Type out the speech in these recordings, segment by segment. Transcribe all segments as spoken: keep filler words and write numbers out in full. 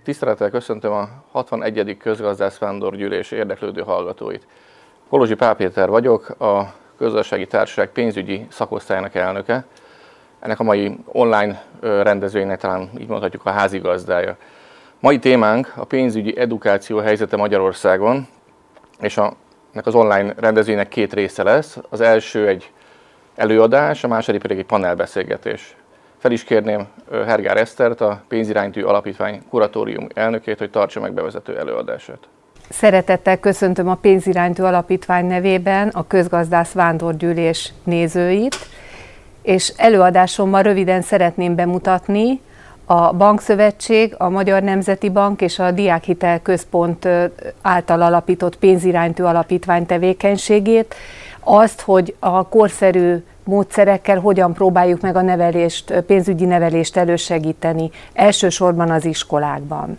Tisztelettel köszöntöm a hatvanegyedik Közgazdász Vándorgyűlés érdeklődő hallgatóit. Kolozsi Pál Péter vagyok, a Közgazdasági Társaság pénzügyi szakosztályának elnöke. Ennek a mai online rendezvénynek talán így mondhatjuk a házigazdája. Mai témánk a pénzügyi edukáció helyzete Magyarországon, és a, ennek az online rendezvénynek két része lesz. Az első egy előadás, a második pedig egy panelbeszélgetés. Fel is kérném Hergár Esztert, a Pénziránytű Alapítvány kuratórium elnökét, hogy tartsa meg bevezető előadását. Szeretettel köszöntöm a Pénziránytű Alapítvány nevében a Közgazdász Vándorgyűlés nézőit, és előadásommal röviden szeretném bemutatni a Bankszövetség, a Magyar Nemzeti Bank és a Diákhitel Központ által alapított Pénziránytű Alapítvány tevékenységét, azt, hogy a korszerű módszerekkel hogyan próbáljuk meg a nevelést, pénzügyi nevelést elősegíteni, elsősorban az iskolákban.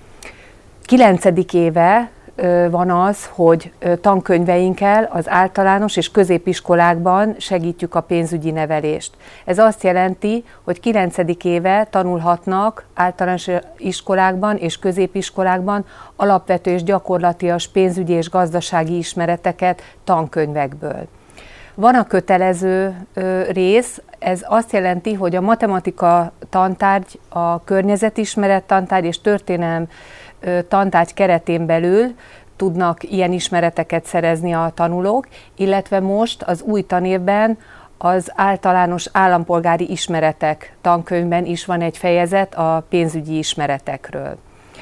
Kilencedik éve van az, hogy tankönyveinkkel az általános és középiskolákban segítjük a pénzügyi nevelést. Ez azt jelenti, hogy kilencedik éve tanulhatnak általános iskolákban és középiskolákban alapvető és gyakorlatias pénzügyi és gazdasági ismereteket tankönyvekből. Van a kötelező rész, ez azt jelenti, hogy a matematika tantárgy, a környezetismeret tantárgy és történelem tantárgy keretén belül tudnak ilyen ismereteket szerezni a tanulók, illetve most az új tanévben az általános állampolgári ismeretek tankönyvben is van egy fejezet a pénzügyi ismeretekről.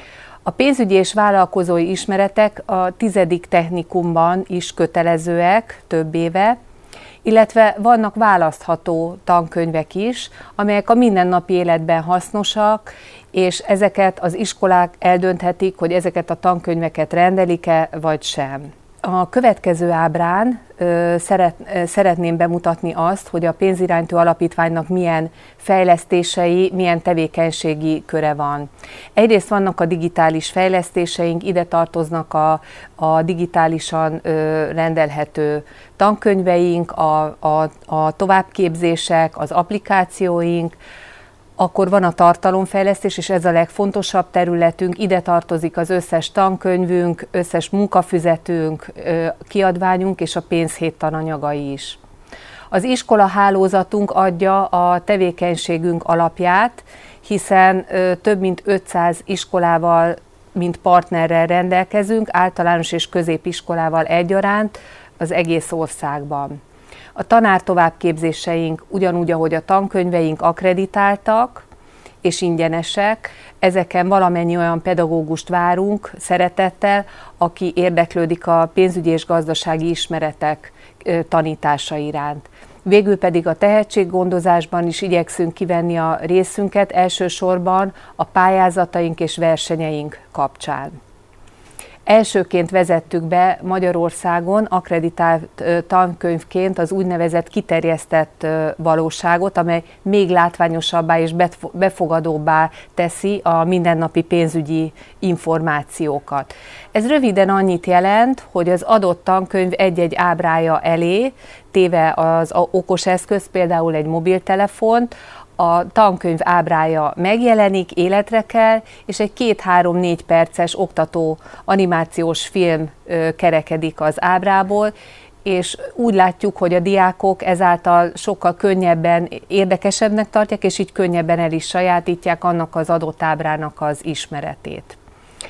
A pénzügyi és vállalkozói ismeretek a tizedik technikumban is kötelezőek több éve, illetve vannak választható tankönyvek is, amelyek a mindennapi életben hasznosak, és ezeket az iskolák eldönthetik, hogy ezeket a tankönyveket rendelik-e, vagy sem. A következő ábrán ö, szeret, ö, szeretném bemutatni azt, hogy a Pénziránytű Alapítványnak milyen fejlesztései, milyen tevékenységi köre van. Egyrészt vannak a digitális fejlesztéseink, ide tartoznak a, a digitálisan ö, rendelhető tankönyveink, a, a, a továbbképzések, az applikációink. Akkor van a tartalomfejlesztés, és ez a legfontosabb területünk, ide tartozik az összes tankönyvünk, összes munkafüzetünk, kiadványunk és a pénzhét tananyagai is. Az iskola hálózatunk adja a tevékenységünk alapját, hiszen több mint ötszáz iskolával, mint partnerrel rendelkezünk, általános és középiskolával egyaránt az egész országban. A tanár továbbképzéseink ugyanúgy, ahogy a tankönyveink akkreditáltak és ingyenesek, ezeken valamennyi olyan pedagógust várunk szeretettel, aki érdeklődik a pénzügyi és gazdasági ismeretek tanítása iránt. Végül pedig a tehetséggondozásban is igyekszünk kivenni a részünket, elsősorban a pályázataink és versenyeink kapcsán. Elsőként vezettük be Magyarországon akkreditált tankönyvként az úgynevezett kiterjesztett valóságot, amely még látványosabbá és befogadóbbá teszi a mindennapi pénzügyi információkat. Ez röviden annyit jelent, hogy az adott tankönyv egy-egy ábrája elé téve az okos eszköz, például egy mobiltelefont, a tankönyv ábrája megjelenik, életre kell, és egy két-három-négy perces oktató animációs film kerekedik az ábrából, és úgy látjuk, hogy a diákok ezáltal sokkal könnyebben, érdekesebbnek tartják, és így könnyebben el is sajátítják annak az adott ábrának az ismeretét.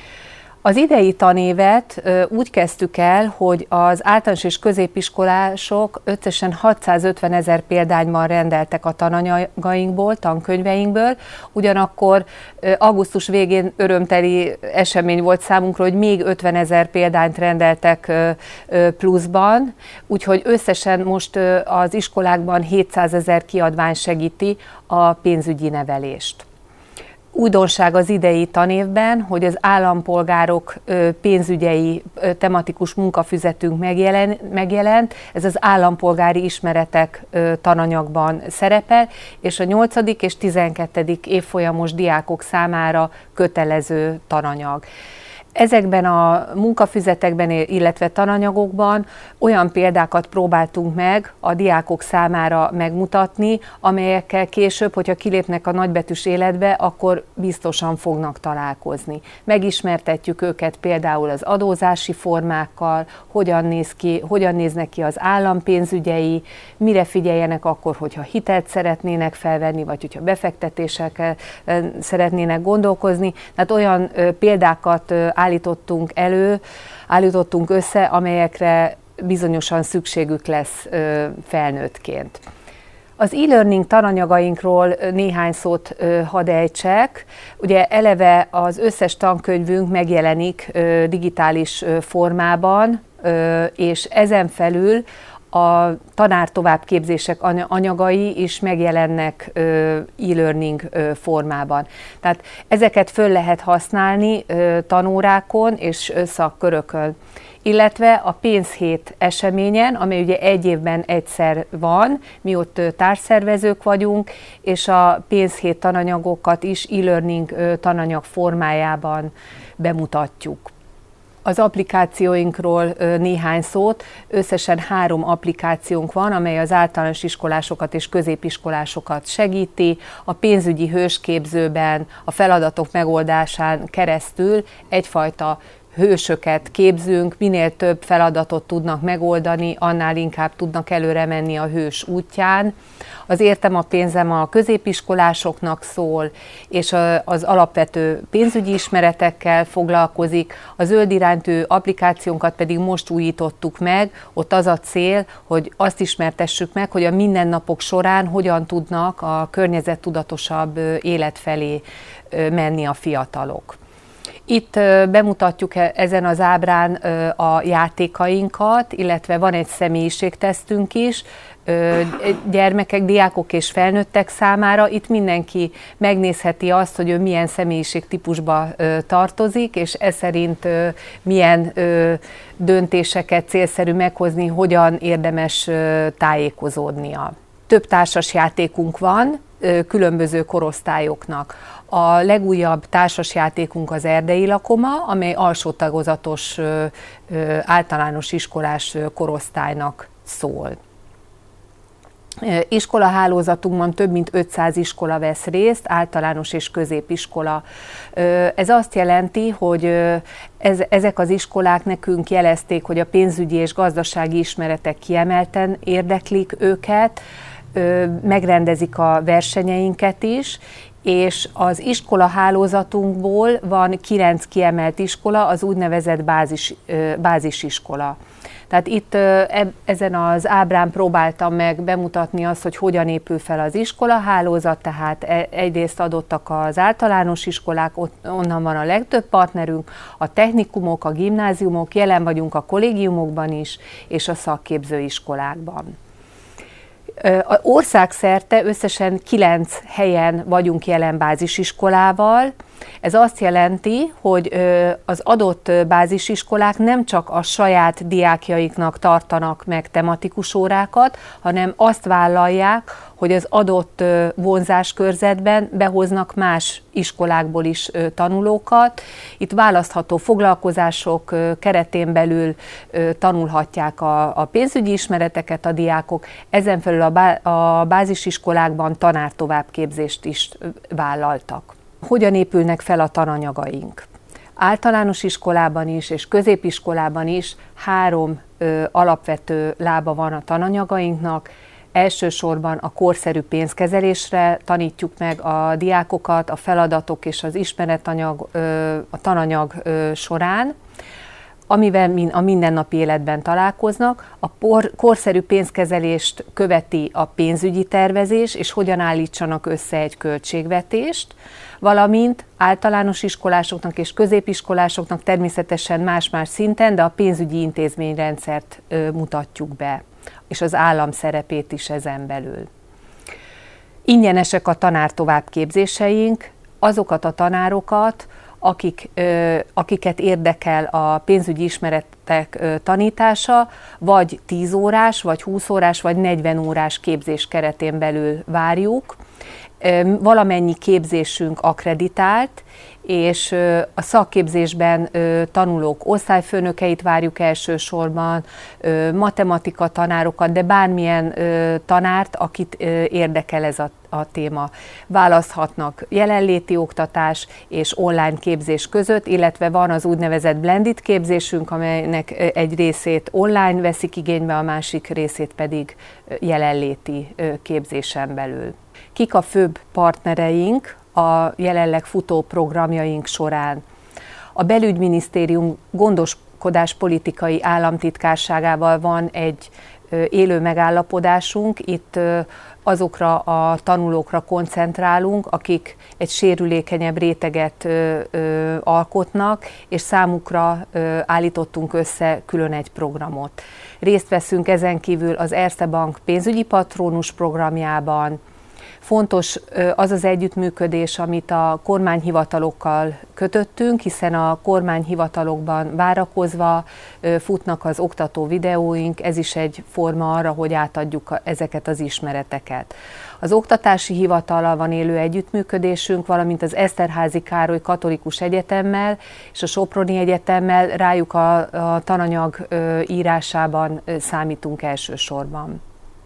Az idei tanévet úgy kezdtük el, hogy az általános és középiskolások összesen hatszázötven ezer példányban rendeltek a tananyagainkból, tankönyveinkből, ugyanakkor augusztus végén örömteli esemény volt számunkra, hogy még ötven ezer példányt rendeltek pluszban, úgyhogy összesen most az iskolákban hétszázezer kiadvány segíti a pénzügyi nevelést. Újdonság az idei tanévben, hogy az állampolgárok pénzügyei tematikus munkafüzetünk megjelen, megjelent, ez az állampolgári ismeretek tananyagban szerepel, és a nyolcadik és tizenkettedik évfolyamos diákok számára kötelező tananyag. Ezekben a munkafüzetekben, illetve tananyagokban olyan példákat próbáltunk meg a diákok számára megmutatni, amelyekkel később, hogyha kilépnek a nagybetűs életbe, akkor biztosan fognak találkozni. Megismertetjük őket például az adózási formákkal, hogyan néz ki, hogyan néznek ki az állam pénzügyei, mire figyeljenek akkor, hogyha hitelt szeretnének felvenni, vagy hogyha befektetésekkel szeretnének gondolkozni. Tehát olyan példákat állítottunk elő, állítottunk össze, amelyekre bizonyosan szükségük lesz felnőttként. Az e-learning tananyagainkról néhány szót hadd ejtsek. Ugye eleve az összes tankönyvünk megjelenik digitális formában, és ezen felül a tanár továbbképzések anyagai is megjelennek e-learning formában. Tehát ezeket föl lehet használni tanórákon és szakkörökön. Illetve a pénzhét eseményen, amely ugye egy évben egyszer van, mi ott társszervezők vagyunk, és a pénzhét tananyagokat is e-learning tananyag formájában bemutatjuk. Az applikációinkról néhány szót, összesen három applikációnk van, amely az általános iskolásokat és középiskolásokat segíti. A pénzügyi hősképzőben a feladatok megoldásán keresztül egyfajta hősöket képzünk, minél több feladatot tudnak megoldani, annál inkább tudnak előre menni a hős útján. Az Értem a pénzem a középiskolásoknak szól, és az alapvető pénzügyi ismeretekkel foglalkozik. A Zöld iránytű applikációnkat pedig most újítottuk meg, ott az a cél, hogy azt ismertessük meg, hogy a mindennapok során hogyan tudnak a környezettudatosabb élet felé menni a fiatalok. Itt bemutatjuk ezen az ábrán a játékainkat, illetve van egy személyiségtesztünk is, gyermekek, diákok és felnőttek számára. Itt mindenki megnézheti azt, hogy ő milyen személyiségtípusba tartozik, és ez szerint milyen döntéseket célszerű meghozni, hogyan érdemes tájékozódnia. Több társasjátékunk van különböző korosztályoknak. A legújabb társasjátékunk az Erdei lakoma, amely alsó tagozatos általános iskolás korosztálynak szól. Iskolahálózatunkban több mint ötszáz iskola vesz részt, általános és középiskola. Ez azt jelenti, hogy ez, ezek az iskolák nekünk jelezték, hogy a pénzügyi és gazdasági ismeretek kiemelten érdeklik őket, megrendezik a versenyeinket is, és az iskola hálózatunkból van kilenc kiemelt iskola, az úgynevezett bázis, bázisiskola. Tehát itt ezen az ábrán próbáltam meg bemutatni azt, hogy hogyan épül fel az iskolahálózat, tehát egyrészt adottak az általános iskolák, onnan van a legtöbb partnerünk, a technikumok, a gimnáziumok, jelen vagyunk a kollégiumokban is, és a szakképzőiskolákban. A országszerte összesen kilenc helyen vagyunk jelen bázisiskolával. Ez azt jelenti, hogy az adott bázisiskolák nem csak a saját diákjaiknak tartanak meg tematikus órákat, hanem azt vállalják, hogy az adott vonzáskörzetben behoznak más iskolákból is tanulókat. Itt választható foglalkozások keretén belül tanulhatják a, a pénzügyi ismereteket a diákok, ezen felül a, bá, a bázisiskolákban tanártovábbképzést is vállaltak. Hogyan épülnek fel a tananyagaink? Általános iskolában is és középiskolában is három ö, alapvető lába van a tananyagainknak. Elsősorban a korszerű pénzkezelésre tanítjuk meg a diákokat, a feladatok és az ismeretanyag, ö, a tananyag ö, során, amivel a mindennapi életben találkoznak. A por, korszerű pénzkezelést követi a pénzügyi tervezés, és hogyan állítsanak össze egy költségvetést, valamint általános iskolásoknak és középiskolásoknak természetesen más-más szinten, de a pénzügyi intézményrendszert ö, mutatjuk be, és az állam szerepét is ezen belül. Ingyenesek a tanár továbbképzéseink, azokat a tanárokat, akik, ö, akiket érdekel a pénzügyi ismeretek ö, tanítása, vagy tíz órás, vagy húsz órás, vagy negyven órás képzés keretén belül várjuk. Valamennyi képzésünk akkreditált, és a szakképzésben tanulók osztályfőnökeit várjuk elsősorban, matematika tanárokat, de bármilyen tanárt, akit érdekel ez a, a téma. Választhatnak jelenléti oktatás és online képzés között, illetve van az úgynevezett blended képzésünk, amelynek egy részét online veszik igénybe, a másik részét pedig jelenléti képzésen belül. Kik a főbb partnereink a jelenleg futó programjaink során? A Belügyminisztérium gondoskodáspolitikai államtitkárságával van egy élő megállapodásunk. Itt azokra a tanulókra koncentrálunk, akik egy sérülékenyebb réteget ö, ö, alkotnak, és számukra ö, állítottunk össze külön egy programot. Részt veszünk ezen kívül az Erste Bank pénzügyi patrónus programjában. Fontos az az együttműködés, amit a kormányhivatalokkal kötöttünk, hiszen a kormányhivatalokban várakozva futnak az oktató videóink, ez is egy forma arra, hogy átadjuk ezeket az ismereteket. Az Oktatási Hivatallal van élő együttműködésünk, valamint az Eszterházy Károly Katolikus Egyetemmel és a Soproni Egyetemmel, rájuk a, a tananyag írásában számítunk elsősorban.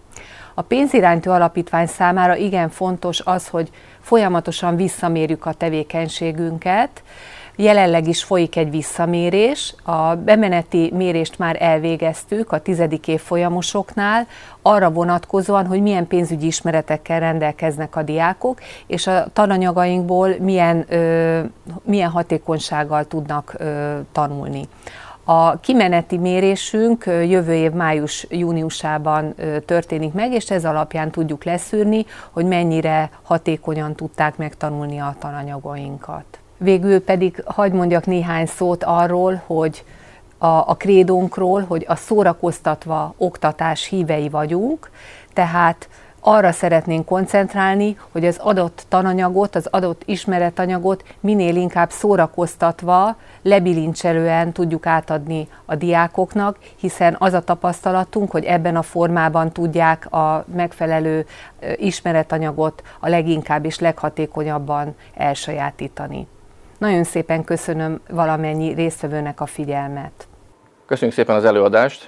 A Pénziránytű Alapítvány számára igen fontos az, hogy folyamatosan visszamérjük a tevékenységünket. Jelenleg is folyik egy visszamérés, a bemeneti mérést már elvégeztük a tizedik évfolyamosoknál, arra vonatkozóan, hogy milyen pénzügyi ismeretekkel rendelkeznek a diákok, és a tananyagainkból milyen, ö, milyen hatékonysággal tudnak ö, tanulni. A kimeneti mérésünk jövő év május-júniusában történik meg, és ez alapján tudjuk leszűrni, hogy mennyire hatékonyan tudták megtanulni a tananyagainkat. Végül pedig hadd mondjak néhány szót arról, hogy a, a krédónkról, hogy a szórakoztatva oktatás hívei vagyunk, tehát arra szeretnénk koncentrálni, hogy az adott tananyagot, az adott ismeretanyagot minél inkább szórakoztatva, lebilincselően tudjuk átadni a diákoknak, hiszen az a tapasztalatunk, hogy ebben a formában tudják a megfelelő ismeretanyagot a leginkább és leghatékonyabban elsajátítani. Nagyon szépen köszönöm valamennyi résztvevőnek a figyelmet. Köszönjük szépen az előadást,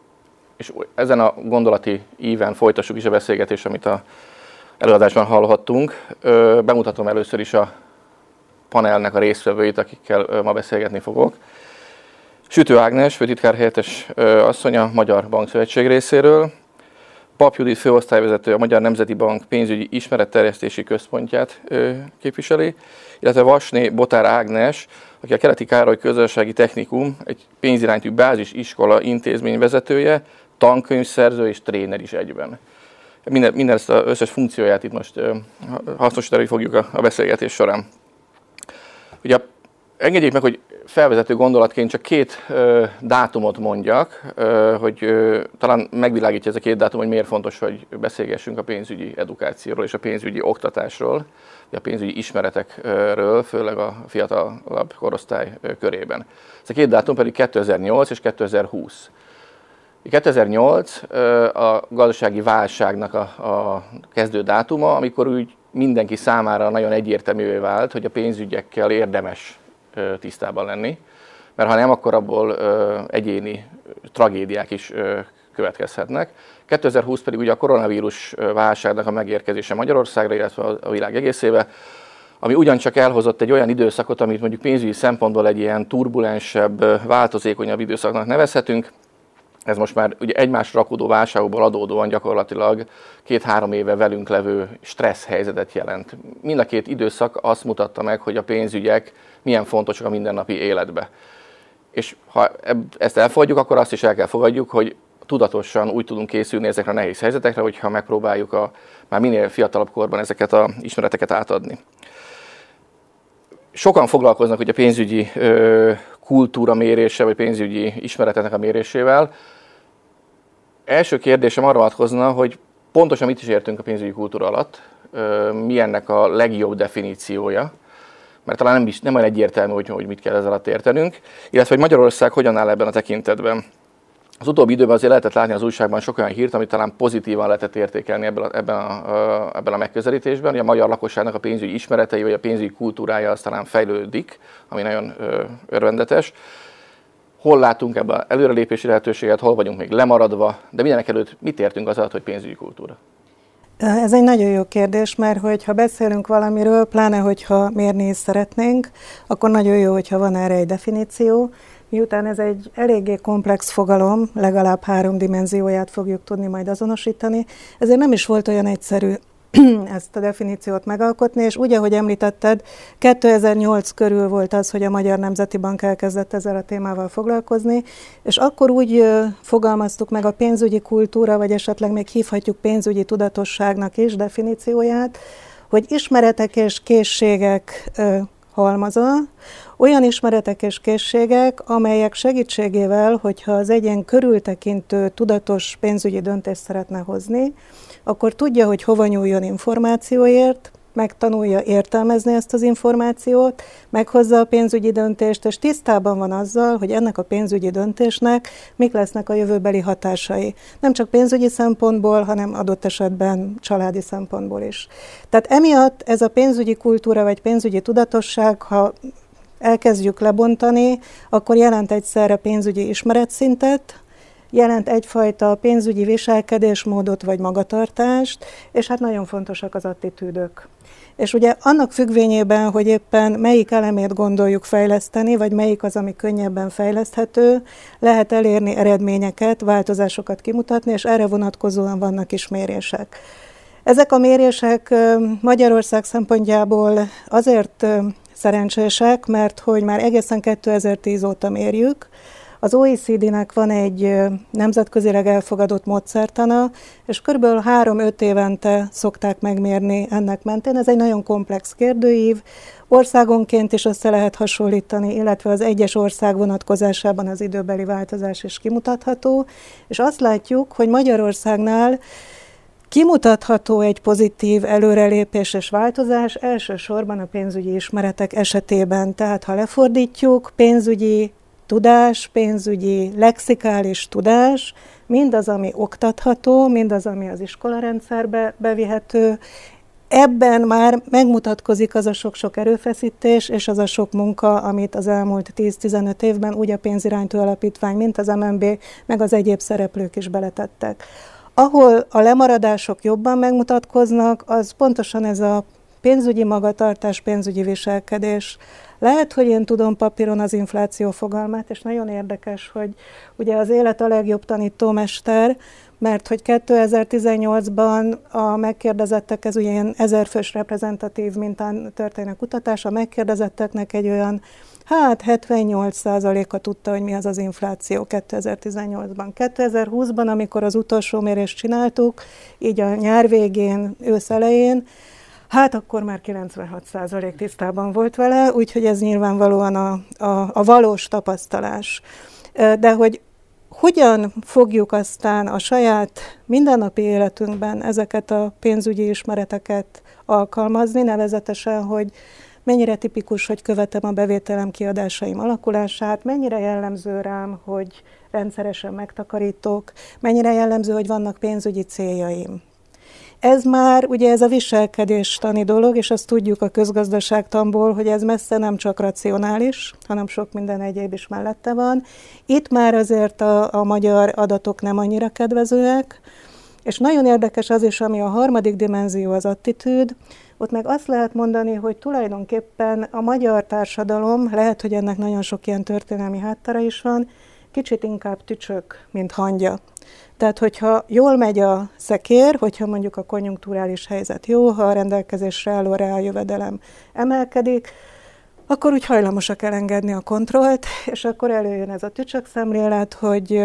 és ezen a gondolati íven folytassuk is a beszélgetést, amit az előadásban hallhattunk. Bemutatom először is a panelnek a résztvevőit, akikkel ma beszélgetni fogok. Sütő Ágnes, főtitkár helyettes asszony a Magyar Bankszövetség részéről, Pap Judit főosztályvezető a Magyar Nemzeti Bank pénzügyi ismeretterjesztési központját képviseli, illetve Vasné Botár Ágnes, aki a Keleti Károly Közgazdasági Technikum, egy pénziránytű bázisiskola intézmény vezetője, tankönyvszerző és tréner is egyben. Minden, minden ezt az összes funkcióját itt most hasznosítani fogjuk a, a beszélgetés során. Ugye engedjék meg, hogy felvezető gondolatként csak két ö, dátumot mondjak, ö, hogy ö, talán megvilágítja ez a két dátum, hogy miért fontos, hogy beszélgessünk a pénzügyi edukációról és a pénzügyi oktatásról, a pénzügyi ismeretekről, főleg a fiatalabb korosztály körében. Ez a két dátum pedig kétezer-nyolc és kétezer-húsz. kétezer-nyolc a gazdasági válságnak a, a kezdő dátuma, amikor úgy mindenki számára nagyon egyértelművé vált, hogy a pénzügyekkel érdemes tisztában lenni, mert ha nem, akkor abból egyéni tragédiák is következhetnek. kétezer-húsz pedig ugye a koronavírus válságnak a megérkezése Magyarországra, illetve a világ egészébe, ami ugyancsak elhozott egy olyan időszakot, amit mondjuk pénzügyi szempontból egy ilyen turbulensebb, változékonyabb időszaknak nevezhetünk. Ez most már ugye egymásra rakódó válságokból adódóan gyakorlatilag két-három éve velünk levő stressz helyzetet jelent. Mind a két időszak azt mutatta meg, hogy a pénzügyek milyen fontosak a mindennapi életbe. És ha ezt elfogadjuk, akkor azt is el kell fogadjuk, hogy tudatosan úgy tudunk készülni ezekre a nehéz helyzetekre, hogyha megpróbáljuk a már minél fiatalabb korban ezeket az ismereteket átadni. Sokan foglalkoznak ugye a pénzügyi ö, kultúra mérése, vagy pénzügyi ismereteknek a mérésével. Első kérdésem arra vonatkozna, hogy pontosan mit is értünk a pénzügyi kultúra alatt, ö, mi ennek a legjobb definíciója, mert talán nem, is, nem olyan egyértelmű, hogy, hogy mit kell ezzel alatt értenünk, illetve hogy Magyarország hogyan áll ebben a tekintetben. Az utóbbi időben azért lehetett látni az újságban sok olyan hírt, amit talán pozitívan lehetett értékelni ebben a, ebben a, ebben a megközelítésben, hogy a magyar lakosságnak a pénzügyi ismeretei vagy a pénzügyi kultúrája az talán fejlődik, ami nagyon örvendetes. Hol látunk ebben előrelépési lehetőséget, hol vagyunk még lemaradva, de mindenek előtt mit értünk az alatt, hogy pénzügyi kultúra? Ez egy nagyon jó kérdés, mert hogyha beszélünk valamiről, pláne hogyha mérni is szeretnénk, akkor nagyon jó, hogyha van erre egy definíció. Miután ez egy eléggé komplex fogalom, legalább három dimenzióját fogjuk tudni majd azonosítani, ezért nem is volt olyan egyszerű ezt a definíciót megalkotni, és úgy, ahogy említetted, kétezer-nyolc körül volt az, hogy a Magyar Nemzeti Bank elkezdett ezzel a témával foglalkozni, és akkor úgy fogalmaztuk meg a pénzügyi kultúra, vagy esetleg még hívhatjuk pénzügyi tudatosságnak is definícióját, hogy ismeretek és készségek halmaza, olyan ismeretek és készségek, amelyek segítségével, hogyha az egyén körültekintő, tudatos pénzügyi döntést szeretne hozni, akkor tudja, hogy hova nyúljon információért, megtanulja értelmezni ezt az információt, meghozza a pénzügyi döntést, és tisztában van azzal, hogy ennek a pénzügyi döntésnek mik lesznek a jövőbeli hatásai. Nem csak pénzügyi szempontból, hanem adott esetben családi szempontból is. Tehát emiatt ez a pénzügyi kultúra vagy pénzügyi tudatosság, ha elkezdjük lebontani, akkor jelent egyszerre pénzügyi ismeretszintet, jelent egyfajta pénzügyi viselkedésmódot vagy magatartást, és hát nagyon fontosak az attitűdök. És ugye annak függvényében, hogy éppen melyik elemét gondoljuk fejleszteni, vagy melyik az, ami könnyebben fejleszthető, lehet elérni eredményeket, változásokat kimutatni, és erre vonatkozóan vannak is mérések. Ezek a mérések Magyarország szempontjából azért szerencsések, mert hogy már egészen kétezer-tíz óta mérjük. Az o e cé dé-nek van egy nemzetközileg elfogadott módszertana, és kb. három-öt évente szokták megmérni ennek mentén. Ez egy nagyon komplex kérdőív, országonként is össze lehet hasonlítani, illetve az egyes ország vonatkozásában az időbeli változás is kimutatható, és azt látjuk, hogy Magyarországnál kimutatható egy pozitív előrelépés és változás elsősorban a pénzügyi ismeretek esetében. Tehát ha lefordítjuk, pénzügyi tudás, pénzügyi lexikális tudás, mindaz, ami oktatható, mindaz, ami az iskolarendszerbe bevihető, ebben már megmutatkozik az a sok-sok erőfeszítés és az a sok munka, amit az elmúlt tíz-tizenöt évben úgy a Pénziránytű Alapítvány, mint az em en bé, meg az egyéb szereplők is beletettek. Ahol a lemaradások jobban megmutatkoznak, az pontosan ez a pénzügyi magatartás, pénzügyi viselkedés. Lehet, hogy én tudom papíron az infláció fogalmát, és nagyon érdekes, hogy ugye az élet a legjobb tanítómester, mert hogy kétezer-tizennyolcban a megkérdezettek, ez ugye ilyen ezerfős reprezentatív mintán történő kutatás, a megkérdezetteknek egy olyan, hát hetvennyolc százaléka tudta, hogy mi az az infláció kétezer-tizennyolcban. kétezer-húszban, amikor az utolsó mérést csináltuk, így a nyár végén, ősz elején, hát akkor már kilencvenhat százalék tisztában volt vele, úgyhogy ez nyilvánvalóan a, a, a valós tapasztalás. De hogy hogyan fogjuk aztán a saját mindennapi életünkben ezeket a pénzügyi ismereteket alkalmazni, nevezetesen, hogy mennyire tipikus, hogy követem a bevételem kiadásaim alakulását, mennyire jellemző rám, hogy rendszeresen megtakarítok, mennyire jellemző, hogy vannak pénzügyi céljaim. Ez már ugye ez a viselkedéstani dolog, és azt tudjuk a közgazdaságtanból, hogy ez messze nem csak racionális, hanem sok minden egyéb is mellette van. Itt már azért a, a magyar adatok nem annyira kedvezőek, és nagyon érdekes az is, ami a harmadik dimenzió, az attitűd. Ott meg azt lehet mondani, hogy tulajdonképpen a magyar társadalom, lehet, hogy ennek nagyon sok ilyen történelmi háttere is van, kicsit inkább tücsök, mint hangya. Tehát, hogyha jól megy a szekér, hogyha mondjuk a konjunkturális helyzet jó, ha a rendelkezésre álló reáljövedelem emelkedik, akkor úgy hajlamosak elengedni a kontrollt, és akkor előjön ez a tücsök szemlélet, hogy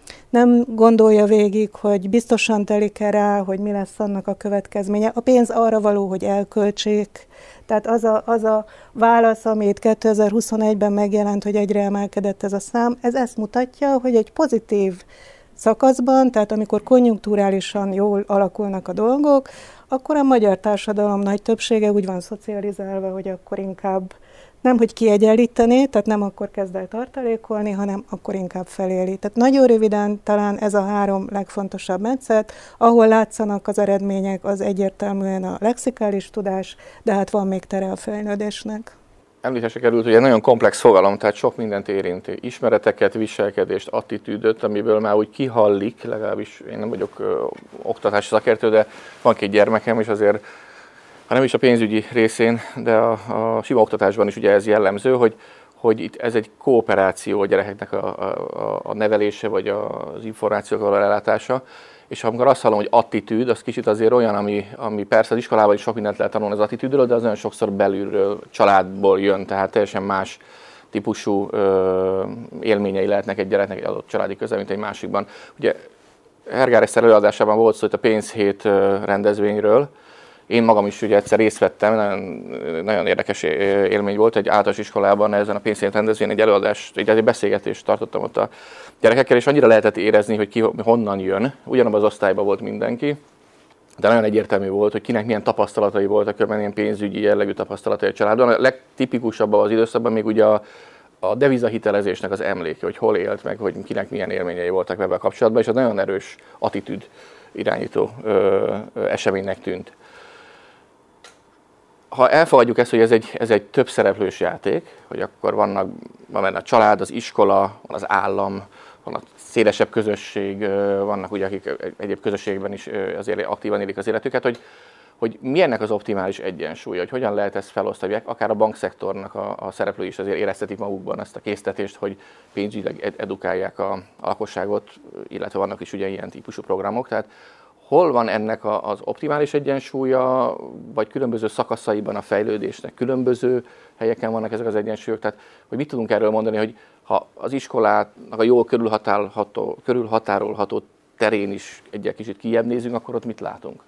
nem gondolja végig, hogy biztosan telik-e rá, hogy mi lesz annak a következménye. A pénz arra való, hogy elköltsék. Tehát az a, az a válasz, amit kétezer-huszonegyben megjelent, hogy egyre emelkedett ez a szám, ez ezt mutatja, hogy egy pozitív szakaszban, tehát amikor konjunkturálisan jól alakulnak a dolgok, akkor a magyar társadalom nagy többsége úgy van szocializálva, hogy akkor inkább nem, hogy kiegyenlíteni, tehát nem akkor kezd el tartalékolni, hanem akkor inkább feléli. Tehát nagyon röviden talán ez a három legfontosabb metszet, ahol látszanak az eredmények, az egyértelműen a lexikális tudás, de hát van még tere a fejlődésnek. Említésre került, hogy egy nagyon komplex fogalom, tehát sok mindent érint. Ismereteket, viselkedést, attitűdöt, amiből már úgy kihallik, legalábbis én nem vagyok ö, oktatási szakértő, de van két gyermekem, és azért, ha nem is a pénzügyi részén, de a, a sima oktatásban is ugye ez jellemző, hogy, hogy itt ez egy kooperáció a gyerekeknek a, a, a nevelése, vagy az információk való ellátása. És amikor azt hallom, hogy attitűd, az kicsit azért olyan, ami, ami persze az iskolában is sok mindent lehet tanulni az attitűdről, de az nagyon sokszor belülről, családból jön, tehát teljesen más típusú ö, élményei lehetnek egy gyereknek egy adott családi közel, mint egy másikban. Ugye Hergár Eszter előadásában volt szó itt a pénzhét rendezvényről. Én magam is ugye egyszer részt vettem, nagyon, nagyon érdekes élmény volt, egy általános iskolában ezen a pénzhét rendezvényen egy előadást, egy, egy beszélgetést tartottam ott a gyerekekkel, és annyira lehetett érezni, hogy ki honnan jön. Ugyanabban az osztályban volt mindenki, de nagyon egyértelmű volt, hogy kinek milyen tapasztalatai voltak, körben ilyen pénzügyi jellegű tapasztalatai a családban. A legtipikusabb az időszakban még ugye a, a devizahitelezésnek az emléke, hogy hol élt meg, hogy kinek milyen élményei voltak ebben a kapcsolatban, és az nagyon erős attitűd irányító ö, ö, eseménynek tűnt. Ha elfogadjuk ezt, hogy ez egy, ez egy több szereplős játék, hogy akkor vannak, van benne a család, az iskola, van az állam, van a szélesebb közösség, vannak ugye, akik egyéb közösségben is azért aktívan élik az életüket, hogy, hogy mi ennek az optimális egyensúlya, hogy hogyan lehet ezt felosztani, akár a bankszektornak a, a szereplői is azért éreztetik magukban ezt a késztetést, hogy pénzügyileg edukálják a, a lakosságot, illetve vannak is ugye ilyen típusú programok, tehát hol van ennek az optimális egyensúlya, vagy különböző szakaszaiban a fejlődésnek különböző helyeken vannak ezek az egyensúlyok? Tehát, hogy mit tudunk erről mondani, hogy ha az iskolának a jól körülhatárolható, körülhatárolható terén is egy kicsit kijebb nézünk, akkor ott mit látunk?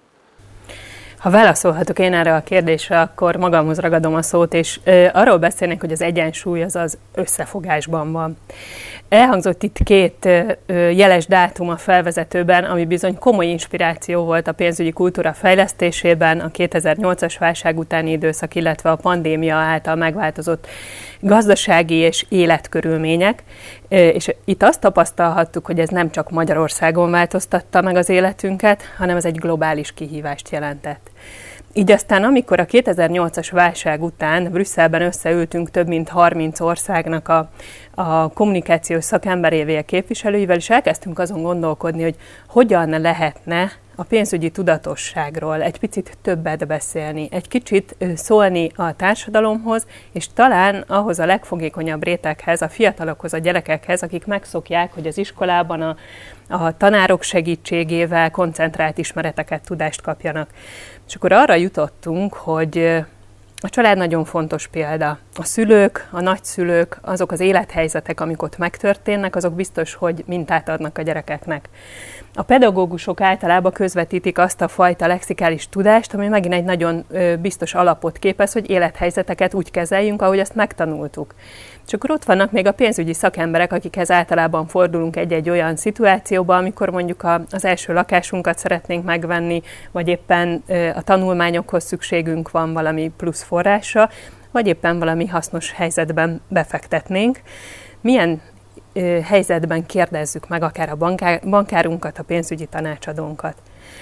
Ha válaszolhatok én erre a kérdésre, akkor magamhoz ragadom a szót, és ö, arról beszélnék, hogy az egyensúly az az összefogásban van. Elhangzott itt két ö, jeles dátum a felvezetőben, ami bizony komoly inspiráció volt a pénzügyi kultúra fejlesztésében, a kétezer-nyolcas válság utáni időszak, illetve a pandémia által megváltozott gazdasági és életkörülmények, és itt azt tapasztalhattuk, hogy ez nem csak Magyarországon változtatta meg az életünket, hanem ez egy globális kihívást jelentett. Így aztán, amikor a kétezer-nyolcas válság után Brüsszelben összeültünk több mint harminc országnak a, a kommunikációs szakemberével, képviselőivel, és elkezdtünk azon gondolkodni, hogy hogyan lehetne a pénzügyi tudatosságról egy picit többet beszélni, egy kicsit szólni a társadalomhoz, és talán ahhoz a legfogékonyabb réteghez, a fiatalokhoz, a gyerekekhez, akik megszokják, hogy az iskolában a, a tanárok segítségével koncentrált ismereteket, tudást kapjanak. És akkor arra jutottunk, hogy a család nagyon fontos példa. A szülők, a nagyszülők, azok az élethelyzetek, amik ott megtörténnek, azok biztos, hogy mintát adnak a gyerekeknek. A pedagógusok általában közvetítik azt a fajta lexikális tudást, ami megint egy nagyon biztos alapot képez, hogy élethelyzeteket úgy kezeljünk, ahogy azt megtanultuk. És akkor ott vannak még a pénzügyi szakemberek, akikhez általában fordulunk egy-egy olyan szituációba, amikor mondjuk a, az első lakásunkat szeretnénk megvenni, vagy éppen a tanulmányokhoz szükségünk van valami plusz forrásra, vagy éppen valami hasznos helyzetben befektetnénk. Milyen ö, helyzetben kérdezzük meg akár a banká, bankárunkat, a pénzügyi tanácsadónkat.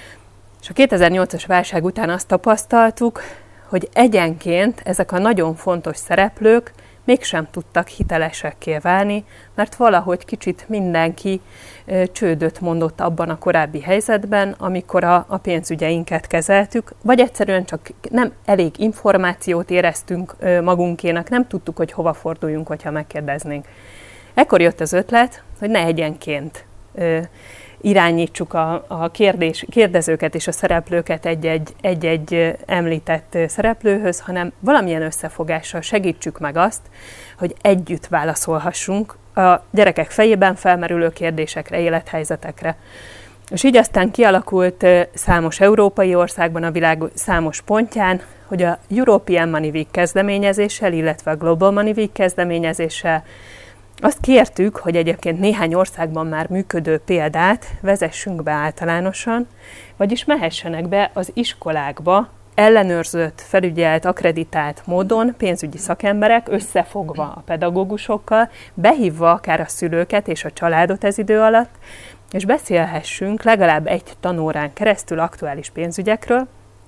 És a kétezer-nyolcas válság után azt tapasztaltuk, hogy egyenként ezek a nagyon fontos szereplők mégsem tudtak hitelesekké válni, mert valahogy kicsit mindenki ö, csődöt mondott abban a korábbi helyzetben, amikor a, a pénzügyeinket kezeltük, vagy egyszerűen csak nem elég információt éreztünk ö, magunkénak, nem tudtuk, hogy hova forduljunk, hogyha megkérdeznénk. Ekkor jött az ötlet, hogy ne egyenként ö, irányítsuk a, a kérdés, kérdezőket és a szereplőket egy-egy, egy-egy említett szereplőhöz, hanem valamilyen összefogással segítsük meg azt, hogy együtt válaszolhassunk a gyerekek fejében felmerülő kérdésekre, élethelyzetekre. És így aztán kialakult számos európai országban, a világ számos pontján, hogy a European Money Week kezdeményezéssel, illetve a Global Money Week kezdeményezéssel azt kértük, hogy egyébként néhány országban már működő példát vezessünk be általánosan, vagyis mehessenek be az iskolákba ellenőrzött, felügyelt, akkreditált módon pénzügyi szakemberek összefogva a pedagógusokkal, behívva akár a szülőket és a családot ez idő alatt, és beszélhessünk legalább egy tanórán keresztül aktuális pénzügyekről,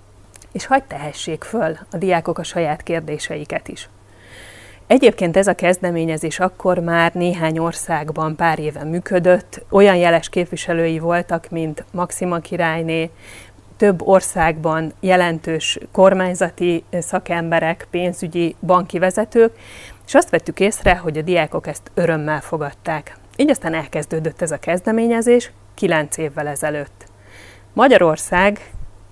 és hadd tehessék föl a diákok a saját kérdéseiket is. Egyébként ez a kezdeményezés akkor már néhány országban pár éve működött, olyan jeles képviselői voltak, mint Maxima királyné, több országban jelentős kormányzati szakemberek, pénzügyi, banki vezetők, és azt vettük észre, hogy a diákok ezt örömmel fogadták. Így aztán elkezdődött ez a kezdeményezés kilenc évvel ezelőtt. Magyarország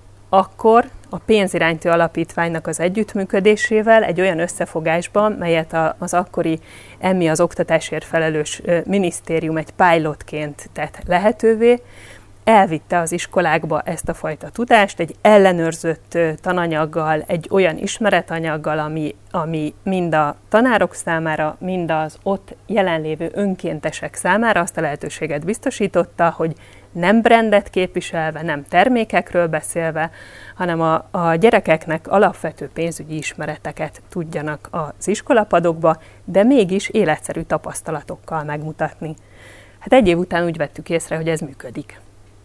akkor a Pénziránytű Alapítványnak az együttműködésével egy olyan összefogásban, melyet az akkori é em i, az oktatásért felelős minisztérium egy pilotként tett lehetővé, elvitte az iskolákba ezt a fajta tudást, egy ellenőrzött tananyaggal, egy olyan ismeretanyaggal, ami, ami mind a tanárok számára, mind az ott jelenlévő önkéntesek számára azt a lehetőséget biztosította, hogy nem brandet képviselve, nem termékekről beszélve, hanem a, a gyerekeknek alapvető pénzügyi ismereteket tudjanak az iskolapadokba, de mégis életszerű tapasztalatokkal megmutatni. Hát egy év után úgy vettük észre, hogy ez működik.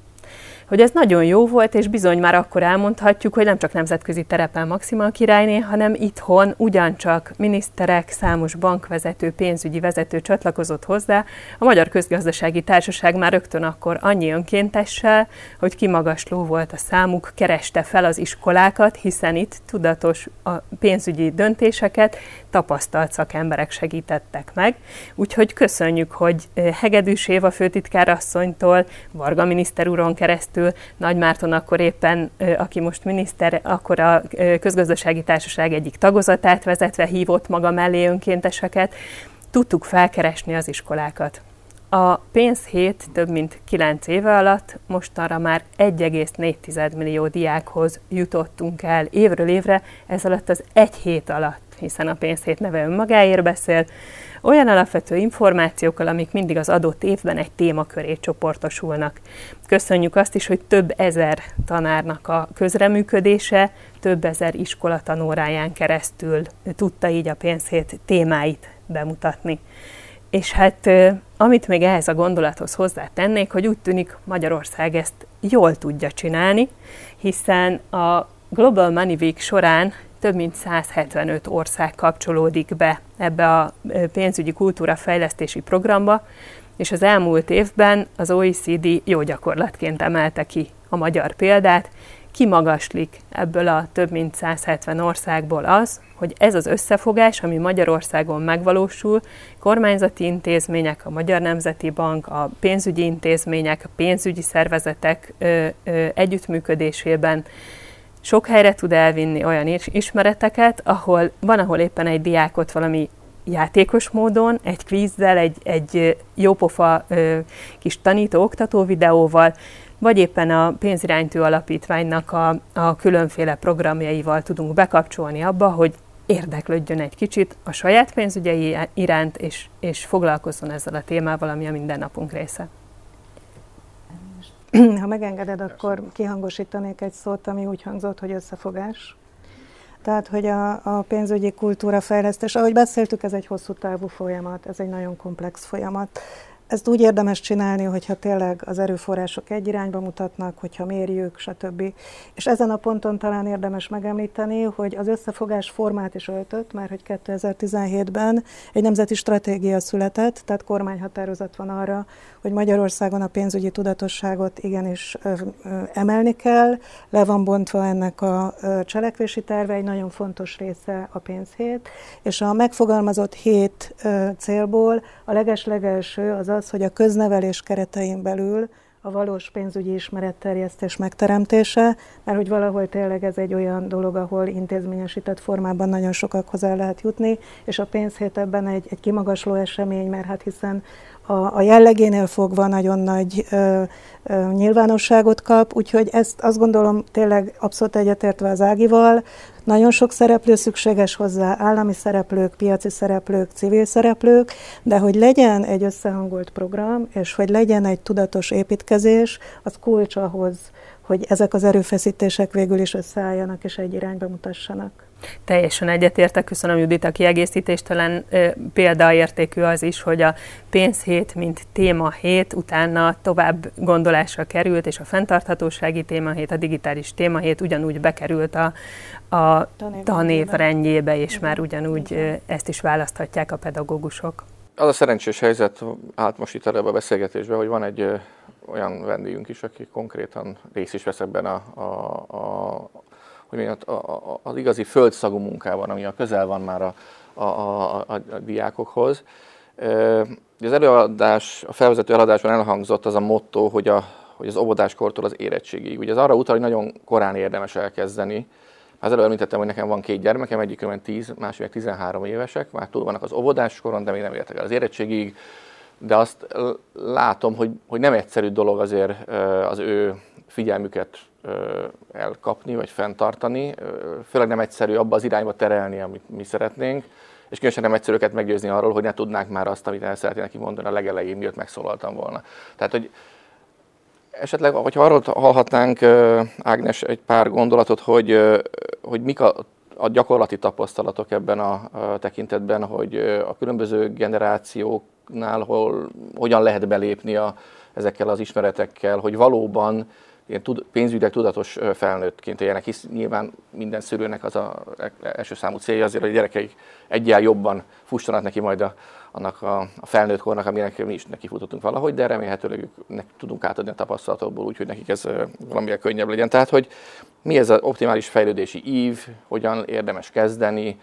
Hogy ez nagyon jó volt, és bizony már akkor elmondhatjuk, hogy nem csak nemzetközi terepen Maxima királyné, hanem itthon ugyancsak miniszterek, számos bankvezető, pénzügyi vezető csatlakozott hozzá. A Magyar Közgazdasági Társaság már rögtön akkor annyi önkéntessel, hogy kimagasló volt a számuk, kereste fel az iskolákat, hiszen itt tudatos a pénzügyi döntéseket tapasztalt szakemberek segítettek meg. Úgyhogy köszönjük, hogy Hegedűs Éva főtitkárasszonytól, Varga miniszter úron keresztül, Nagy Márton akkor éppen, aki most miniszter, akkor a Közgazdasági Társaság egyik tagozatát vezetve hívott maga mellé önkénteseket, tudtuk felkeresni az iskolákat. A pénzhét több mint kilenc éve alatt mostanra már egy egész négy millió diákhoz jutottunk el évről évre, ez alatt az egy hét alatt, hiszen a pénzhét neve önmagáért beszél, olyan alapvető információkkal, amik mindig az adott évben egy témaköré csoportosulnak. Köszönjük azt is, hogy több ezer tanárnak a közreműködése, több ezer iskola tanóráján keresztül tudta így a pénzhét témáit bemutatni. És hát amit még ehhez a gondolathoz hozzátennék, hogy úgy tűnik Magyarország ezt jól tudja csinálni, hiszen a Global Money Week során több mint száz hetvenöt ország kapcsolódik be ebbe a pénzügyi kultúra fejlesztési programba, és az elmúlt évben az o e cé dé jó gyakorlatként emelte ki a magyar példát, kimagaslik ebből a több mint száz hetven országból az, hogy ez az összefogás, ami Magyarországon megvalósul, kormányzati intézmények, a Magyar Nemzeti Bank, a pénzügyi intézmények, a pénzügyi szervezetek ö, ö, együttműködésében sok helyre tud elvinni olyan ismereteket, ahol van, ahol éppen egy diákot valami játékos módon, egy kvízzel, egy, egy jópofa ö, kis tanító-oktató videóval, vagy éppen a Pénziránytű Alapítványnak a, a különféle programjaival tudunk bekapcsolni abba, hogy érdeklődjön egy kicsit a saját pénzügyei iránt, és, és foglalkozzon ezzel a témával, ami a mindennapunk része. Ha megengeded, akkor kihangosítanék egy szót, ami úgy hangzott, hogy összefogás. Tehát, hogy a, a pénzügyi kultúra fejlesztés, ahogy beszéltük, ez egy hosszú távú folyamat, ez egy nagyon komplex folyamat. Ezt úgy érdemes csinálni, hogyha tényleg az erőforrások egy irányba mutatnak, hogyha mérjük, stb. És ezen a ponton talán érdemes megemlíteni, hogy az összefogás formát is öltött, mert hogy kétezer-tizenhétben egy nemzeti stratégia született, tehát kormányhatározat van arra, hogy Magyarországon a pénzügyi tudatosságot igenis ö, ö, emelni kell, le van bontva ennek a ö, cselekvési terve, egy nagyon fontos része a pénzhét, és a megfogalmazott hét ö, célból a leges-legelső az az, hogy a köznevelés keretein belül a valós pénzügyi ismeretterjesztés megteremtése, mert hogy valahol tényleg ez egy olyan dolog, ahol intézményesített formában nagyon sokakhoz el lehet jutni, és a pénzhét ebben egy, egy kimagasló esemény, mert hát hiszen a, a jellegénél fogva nagyon nagy ö, ö, nyilvánosságot kap, úgyhogy ezt azt gondolom tényleg abszolút egyetértve az Ágival, nagyon sok szereplő szükséges hozzá, állami szereplők, piaci szereplők, civil szereplők, de hogy legyen egy összehangolt program, és hogy legyen egy tudatos építkezés, az kulcs ahhoz, hogy ezek az erőfeszítések végül is összeálljanak és egy irányba mutassanak. Teljesen egyetértek, köszönöm Judit a kiegészítést, talán e, példaértékű az is, hogy a pénzhét, mint témahét utána tovább gondolásra került, és a fenntarthatósági témahét, a digitális témahét ugyanúgy bekerült a, a tanév rendjébe, és igen, már ugyanúgy igen. Ezt is választhatják a pedagógusok. Az a szerencsés helyzet állt most itt ebben a beszélgetésben, hogy van egy ö, olyan vendégünk is, aki konkrétan részt is vesz ebben a, a, a hogy mondjam, az igazi földszagú munkában, ami a közel van már a, a, a, a, a diákokhoz. Az előadás, a felvezető előadásban elhangzott az a motto, hogy, a, hogy az óvodáskortól az érettségig. Ugye ez arra utal, hogy nagyon korán érdemes elkezdeni. Az előbb említettem, hogy nekem van két gyermekem, egyikükben tíz, másik meg tizenhárom évesek, már túl vannak az óvodáskoron, de még nem értek el az érettségig. De azt látom, hogy, hogy nem egyszerű dolog azért az ő figyelmüket elkapni, vagy fenntartani. Főleg nem egyszerű abba az irányba terelni, amit mi szeretnénk, és különösen nem egyszerű őket meggyőzni arról, hogy ne tudnák már azt, amit el szeretnék neki mondani a legelején, miatt megszólaltam volna. Tehát, hogy esetleg, hogyha arról hallhatnánk, Ágnes, egy pár gondolatot, hogy, hogy mik a, a gyakorlati tapasztalatok ebben a, a tekintetben, hogy a különböző generációknál hol, hogyan lehet belépni a, ezekkel az ismeretekkel, hogy valóban ilyen tud, pénzügyileg tudatos felnőttként éljenek, hisz nyilván minden szülőnek az a első számú célja azért, hogy a gyerekeik egyel jobban fussanak neki majd a, annak a, a felnőtt kornak, aminek mi is neki futottunk valahogy, de remélhetőleg ők tudunk átadni a tapasztalatokból úgy, hogy nekik ez valamilyen könnyebb legyen. Tehát, hogy mi ez az optimális fejlődési ív, hogyan érdemes kezdeni,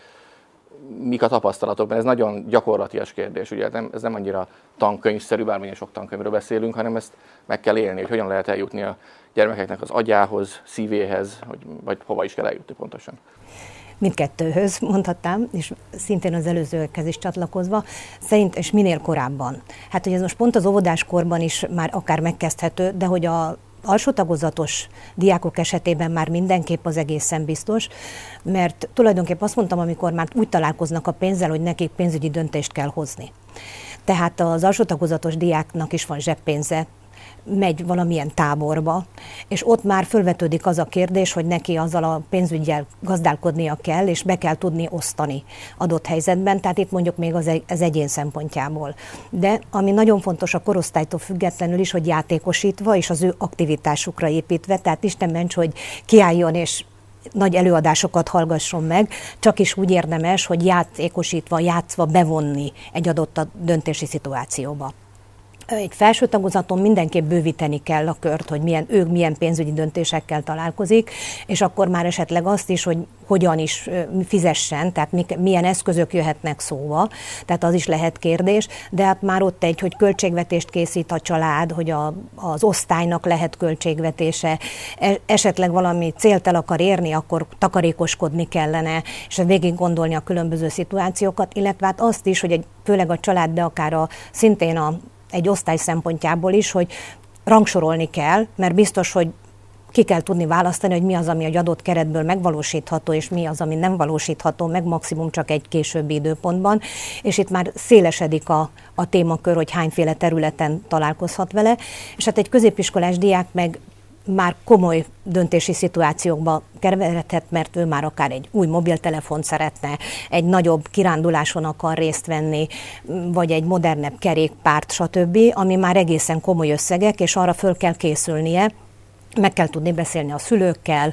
mik a tapasztalatok, mert ez nagyon gyakorlatias kérdés, ugye nem, ez nem annyira tankönyvszerű, bármilyen sok tankönyvről beszélünk, hanem ezt meg kell élni, hogy hogyan lehet eljutni a gyermekeknek az agyához, szívéhez, hogy, vagy hova is kell eljutni pontosan. Mindkettőhöz mondhatnám, és szintén az előzőekhez is csatlakozva, szerint, és minél korábban. Hát, hogy ez most pont az óvodáskorban is már akár megkezdhető, de hogy a alsó tagozatos diákok esetében már mindenképp az egészen biztos, mert tulajdonképpen azt mondtam, amikor már úgy találkoznak a pénzzel, hogy nekik pénzügyi döntést kell hozni. Tehát az alsó tagozatos diáknak is van zseppénze, megy valamilyen táborba, és ott már fölvetődik az a kérdés, hogy neki azzal a pénzüggyel gazdálkodnia kell, és be kell tudni osztani adott helyzetben, tehát itt mondjuk még az, az egyén szempontjából. De ami nagyon fontos a korosztálytól függetlenül is, hogy játékosítva és az ő aktivitásukra építve, tehát Isten ments, hogy kiálljon és nagy előadásokat hallgasson meg, csak is úgy érdemes, hogy játékosítva, játszva bevonni egy adott döntési szituációba. Egy felső tagozaton mindenképp bővíteni kell a kört, hogy milyen, ő milyen pénzügyi döntésekkel találkozik, és akkor már esetleg azt is, hogy hogyan is fizessen, tehát milyen eszközök jöhetnek szóba, tehát az is lehet kérdés, de hát már ott egy, hogy költségvetést készít a család, hogy a, az osztálynak lehet költségvetése, esetleg valami célt el akar érni, akkor takarékoskodni kellene, és végig gondolni a különböző szituációkat, illetve hát azt is, hogy egy, főleg a család, de akár a, szintén a egy osztály szempontjából is, hogy rangsorolni kell, mert biztos, hogy ki kell tudni választani, hogy mi az, ami egy adott keretből megvalósítható, és mi az, ami nem valósítható meg maximum csak egy későbbi időpontban, és itt már szélesedik a, a témakör, hogy hányféle területen találkozhat vele, és hát egy középiskolás diák meg már komoly döntési szituációkba keveredhet, mert ő már akár egy új mobiltelefont szeretne, egy nagyobb kiránduláson akar részt venni, vagy egy modernebb kerékpárt, stb., ami már egészen komoly összegek, és arra föl kell készülnie, meg kell tudni beszélni a szülőkkel,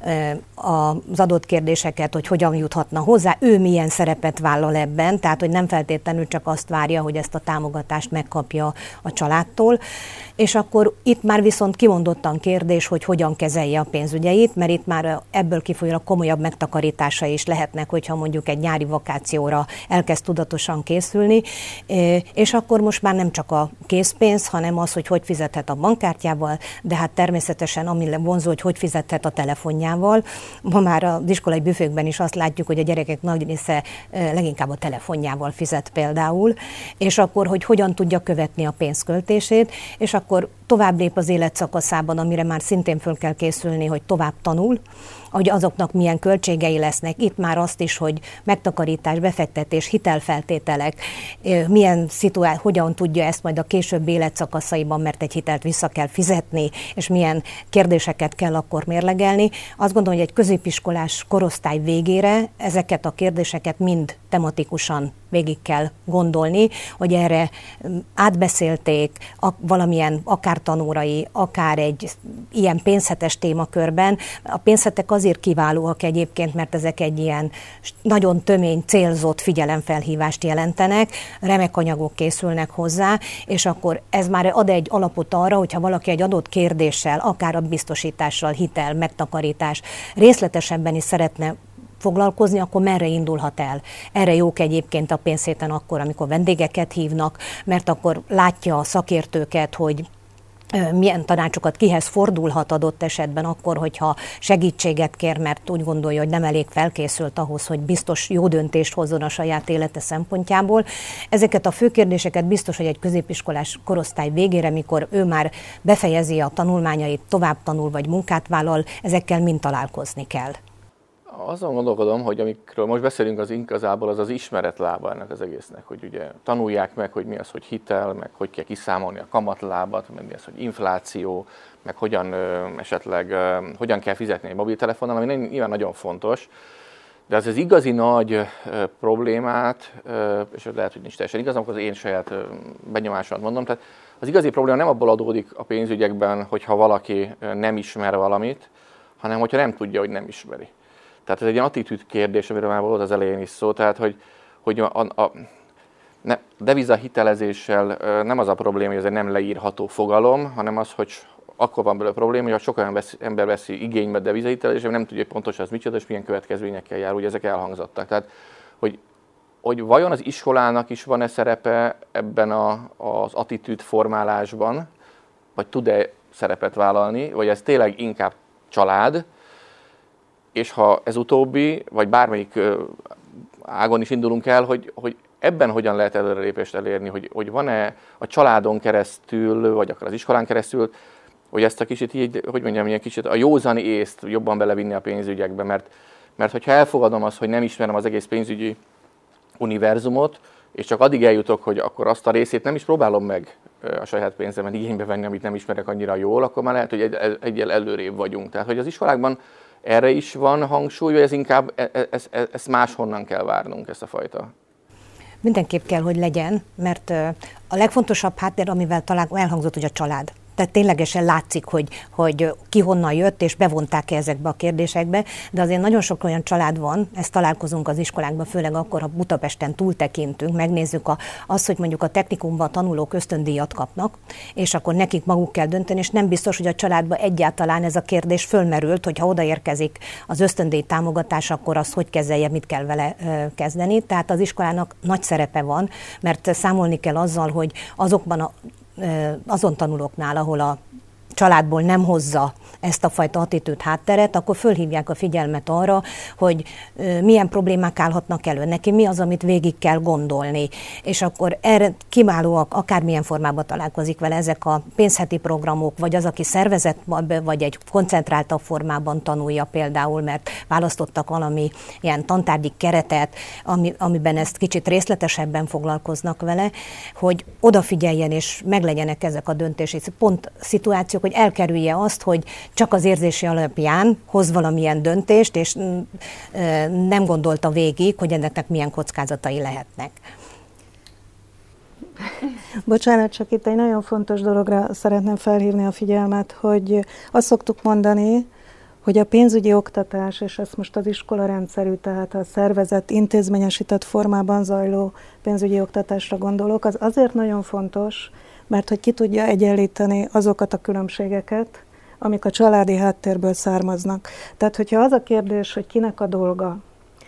az adott kérdéseket, hogy hogyan juthatna hozzá, ő milyen szerepet vállal ebben, tehát hogy nem feltétlenül csak azt várja, hogy ezt a támogatást megkapja a családtól, és akkor itt már viszont kimondottan kérdés, hogy hogyan kezelje a pénzügyeit, mert itt már ebből kifolyólag komolyabb megtakarításai is lehetnek, hogyha mondjuk egy nyári vakációra elkezd tudatosan készülni, és akkor most már nem csak a készpénz, hanem az, hogy hogy fizethet a bankkártyával, de hát természetesen ami vonzó, hogy hogy fizethet a telefonjával. Ma már az iskolai büfékben is azt látjuk, hogy a gyerekek nagy része leginkább a telefonjával fizet például, és akkor, hogy hogyan tudja követni a pénzköltését, és akkor tovább lép az életszakaszában, amire már szintén föl kell készülni, hogy tovább tanul, hogy azoknak milyen költségei lesznek. Itt már azt is, hogy megtakarítás, befektetés, hitelfeltételek, milyen szituá- hogyan tudja ezt majd a későbbi életszakaszaiban, mert egy hitelt vissza kell fizetni, és milyen kérdéseket kell akkor mérlegelni. Azt gondolom, hogy egy középiskolás korosztály végére ezeket a kérdéseket mind tematikusan végig kell gondolni, hogy erre átbeszélték a, valamilyen akár tanórai, akár egy ilyen pénzhetes témakörben. A pénzhetek azért kiválóak egyébként, mert ezek egy ilyen nagyon tömény, célzott figyelemfelhívást jelentenek, remek anyagok készülnek hozzá, és akkor ez már ad egy alapot arra, hogyha valaki egy adott kérdéssel, akár a biztosítással, hitel, megtakarítás részletesebben is szeretne foglalkozni, akkor merre indulhat el. Erre jók egyébként a pénzhéten akkor, amikor vendégeket hívnak, mert akkor látja a szakértőket, hogy milyen tanácsokat kihez fordulhat adott esetben akkor, hogyha segítséget kér, mert úgy gondolja, hogy nem elég felkészült ahhoz, hogy biztos jó döntést hozzon a saját élete szempontjából. Ezeket a fő kérdéseket biztos, hogy egy középiskolás korosztály végére, mikor ő már befejezi a tanulmányait, tovább tanul vagy munkát vállal, ezekkel mind találkozni kell. Azon gondolkodom, hogy amikről most beszélünk, az igazából az az ismeretlába ennek az egésznek, hogy ugye tanulják meg, hogy mi az, hogy hitel, meg hogy kell kiszámolni a kamatlábat, meg mi az, hogy infláció, meg hogyan ö, esetleg ö, hogyan kell fizetni egy mobiltelefonnal, ami nyilván nagyon fontos, de az az igazi nagy ö, problémát, ö, és lehet, hogy nincs teljesen igaz, amikor az én saját ö, benyomásomat mondom, tehát az igazi probléma nem abból adódik a pénzügyekben, hogyha valaki nem ismer valamit, hanem hogyha nem tudja, hogy nem ismeri. Tehát ez egy ilyen attitűd kérdés, amiről már volt az elején is szó, tehát hogy, hogy a, a, a ne, devizahitelezéssel nem az a probléma, hogy ez egy nem leírható fogalom, hanem az, hogy akkor van belőle probléma, hogy sok olyan vesz, ember veszi igénybe devizahitelezésre, nem tudja, hogy pontosan az micsoda, és milyen következményekkel jár, ugye ezek elhangzottak. Tehát, hogy, hogy vajon az iskolának is van-e szerepe ebben a, az attitűd formálásban, vagy tud-e szerepet vállalni, vagy ez tényleg inkább család, és ha ez utóbbi, vagy bármelyik ágon is indulunk el, hogy, hogy ebben hogyan lehet előrelépést elérni, hogy, hogy van-e a családon keresztül, vagy akár az iskolán keresztül, hogy ezt a kicsit így, hogy mondjam, ilyen kicsit a józani észt jobban belevinni a pénzügyekbe, mert, mert hogyha elfogadom azt, hogy nem ismerem az egész pénzügyi univerzumot, és csak addig eljutok, hogy akkor azt a részét nem is próbálom meg a saját pénzemen igénybe venni, amit nem ismerek annyira jól, akkor már lehet, hogy egy, egyel előrébb vagyunk. Tehát, hogy az iskolákban erre is van hangsúly, vagy ez inkább ezt e, e, máshonnan kell várnunk, ezt a fajta? Mindenképp kell, hogy legyen, mert a legfontosabb háttér, amivel talán elhangzott, hogy a család. Tehát ténylegesen látszik, hogy, hogy ki honnan jött, és bevonták-e ezekbe a kérdésekbe, de azért nagyon sok olyan család van, ezt találkozunk az iskolákban, főleg akkor, ha Budapesten túltekintünk, megnézzük a, azt, hogy mondjuk a technikumban tanulók ösztöndíjat kapnak, és akkor nekik maguk kell dönteni, és nem biztos, hogy a családban egyáltalán ez a kérdés fölmerült, hogy ha odaérkezik az ösztöndíj támogatás, akkor azt hogy kezelje, mit kell vele ö, kezdeni. Tehát az iskolának nagy szerepe van, mert számolni kell azzal, hogy azokban a azon tanulóknál, ahol a családból nem hozza ezt a fajta attitűd hátteret, akkor fölhívják a figyelmet arra, hogy milyen problémák állhatnak elő, neki mi az, amit végig kell gondolni. És akkor erre kiválóak, akármilyen formában találkozik vele ezek a pénzheti programok, vagy az, aki szervezett, vagy egy koncentráltabb formában tanulja például, mert választottak valami ilyen tantárgyi keretet, ami, amiben ezt kicsit részletesebben foglalkoznak vele, hogy odafigyeljen és meglegyenek ezek a döntési pont szituációk, hogy elkerülje azt, hogy csak az érzési alapján hoz valamilyen döntést, és nem gondolta végig, hogy ennek milyen kockázatai lehetnek. Bocsánat, csak itt egy nagyon fontos dologra szeretném felhívni a figyelmet, hogy azt szoktuk mondani, hogy a pénzügyi oktatás, és ezt most az iskolarendszerű, tehát a szervezett, intézményesített formában zajló pénzügyi oktatásra gondolok, az azért nagyon fontos, mert hogy ki tudja egyenlíteni azokat a különbségeket, amik a családi háttérből származnak. Tehát, hogyha az a kérdés, hogy kinek a dolga,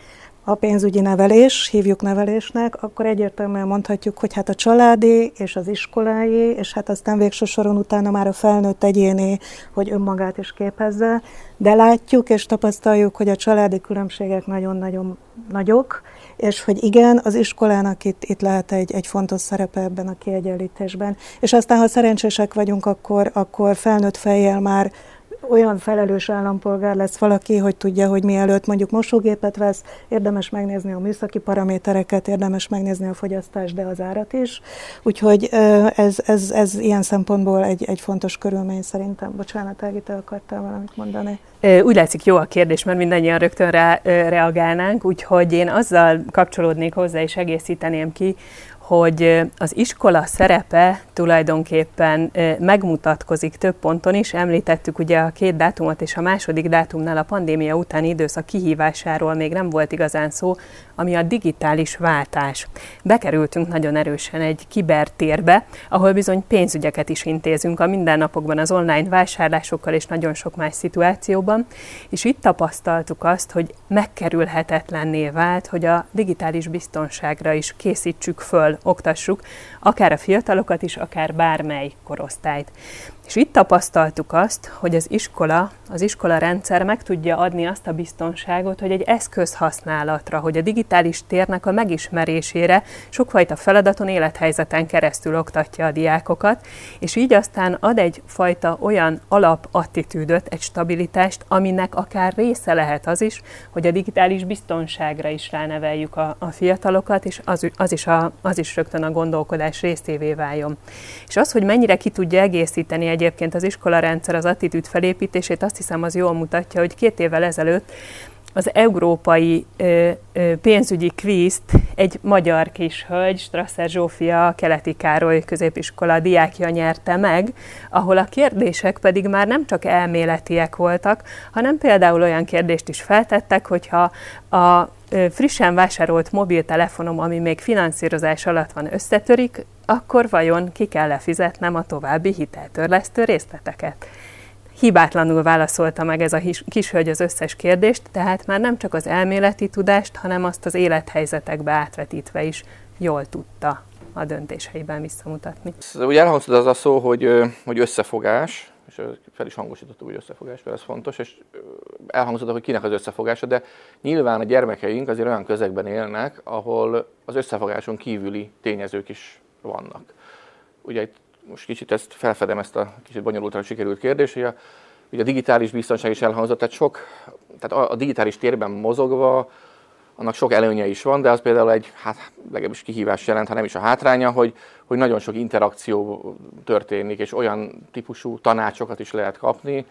a pénzügyi nevelés, hívjuk nevelésnek, akkor egyértelműen mondhatjuk, hogy hát a családi és az iskolái, és hát aztán végső soron utána már a felnőtt egyéné, hogy önmagát is képezze, de látjuk és tapasztaljuk, hogy a családi különbségek nagyon-nagyon nagyok, és hogy igen, az iskolának itt, itt lehet egy, egy fontos szerepe ebben a kiegyenlítésben. És aztán, ha szerencsések vagyunk, akkor, akkor felnőtt fejjel már olyan felelős állampolgár lesz valaki, hogy tudja, hogy mielőtt mondjuk mosógépet vesz, érdemes megnézni a műszaki paramétereket, érdemes megnézni a fogyasztást, de az árat is. Úgyhogy ez, ez, ez ilyen szempontból egy, egy fontos körülmény szerintem. Bocsánat, Ági, te akartál valamit mondani? Úgy látszik, jó a kérdés, mert mindannyian rögtön rá reagálnánk, úgyhogy én azzal kapcsolódnék hozzá és egészíteném ki, hogy az iskola szerepe tulajdonképpen megmutatkozik több ponton is. Említettük ugye a két dátumot, és a második dátumnál a pandémia utáni időszak kihívásáról még nem volt igazán szó, ami a digitális váltás. Bekerültünk nagyon erősen egy kibertérbe, ahol bizony pénzügyeket is intézünk a mindennapokban az online vásárlásokkal és nagyon sok más szituációban, és itt tapasztaltuk azt, hogy megkerülhetetlenné vált, hogy a digitális biztonságra is készítsük föl, oktassuk, akár a fiatalokat is, akár bármely korosztályt. És itt tapasztaltuk azt, hogy az iskola, az iskola rendszer meg tudja adni azt a biztonságot, hogy egy eszközhasználatra, hogy a digitális térnek a megismerésére sokfajta feladaton, élethelyzeten keresztül oktatja a diákokat, és így aztán ad egyfajta olyan alapattitűdöt, egy stabilitást, aminek akár része lehet az is, hogy a digitális biztonságra is ráneveljük a, a fiatalokat, és az, az, is a, az is rögtön a gondolkodás részévé váljon. És az, hogy mennyire ki tudja egészíteni egyébként az iskolarendszer az attitűd felépítését, azt hiszem, az jól mutatja, hogy két évvel ezelőtt az európai ö, ö, pénzügyi kvízt egy magyar kishölgy, Strasser Zsófia, Keleti Károly középiskola diákja nyerte meg, ahol a kérdések pedig már nem csak elméletiek voltak, hanem például olyan kérdést is feltettek, hogyha a ö, frissen vásárolt mobiltelefonom, ami még finanszírozás alatt van, összetörik, akkor vajon ki kell lefizetnem a további hiteltörlesztő részleteket? Hibátlanul válaszolta meg ez a kishölgy az összes kérdést, tehát már nem csak az elméleti tudást, hanem azt az élethelyzetekbe átvetítve is jól tudta a döntéseiben visszamutatni. Ugye elhangzott az a szó, hogy, hogy összefogás, és fel is hangosítottuk, hogy összefogás, mert ez fontos, és elhangzott, hogy kinek az összefogása, de nyilván a gyermekeink azért olyan közegben élnek, ahol az összefogáson kívüli tényezők is vannak. Ugye itt most kicsit ezt felfedem, ezt a kicsit bonyolultan sikerült kérdést, hogy a, ugye a digitális biztonság is elhangzott, tehát, sok, tehát a, a digitális térben mozogva, annak sok előnye is van, de az például egy, hát legalábbis kihívás jelent, ha nem is a hátránya, hogy, hogy nagyon sok interakció történik, és olyan típusú tanácsokat is lehet kapni,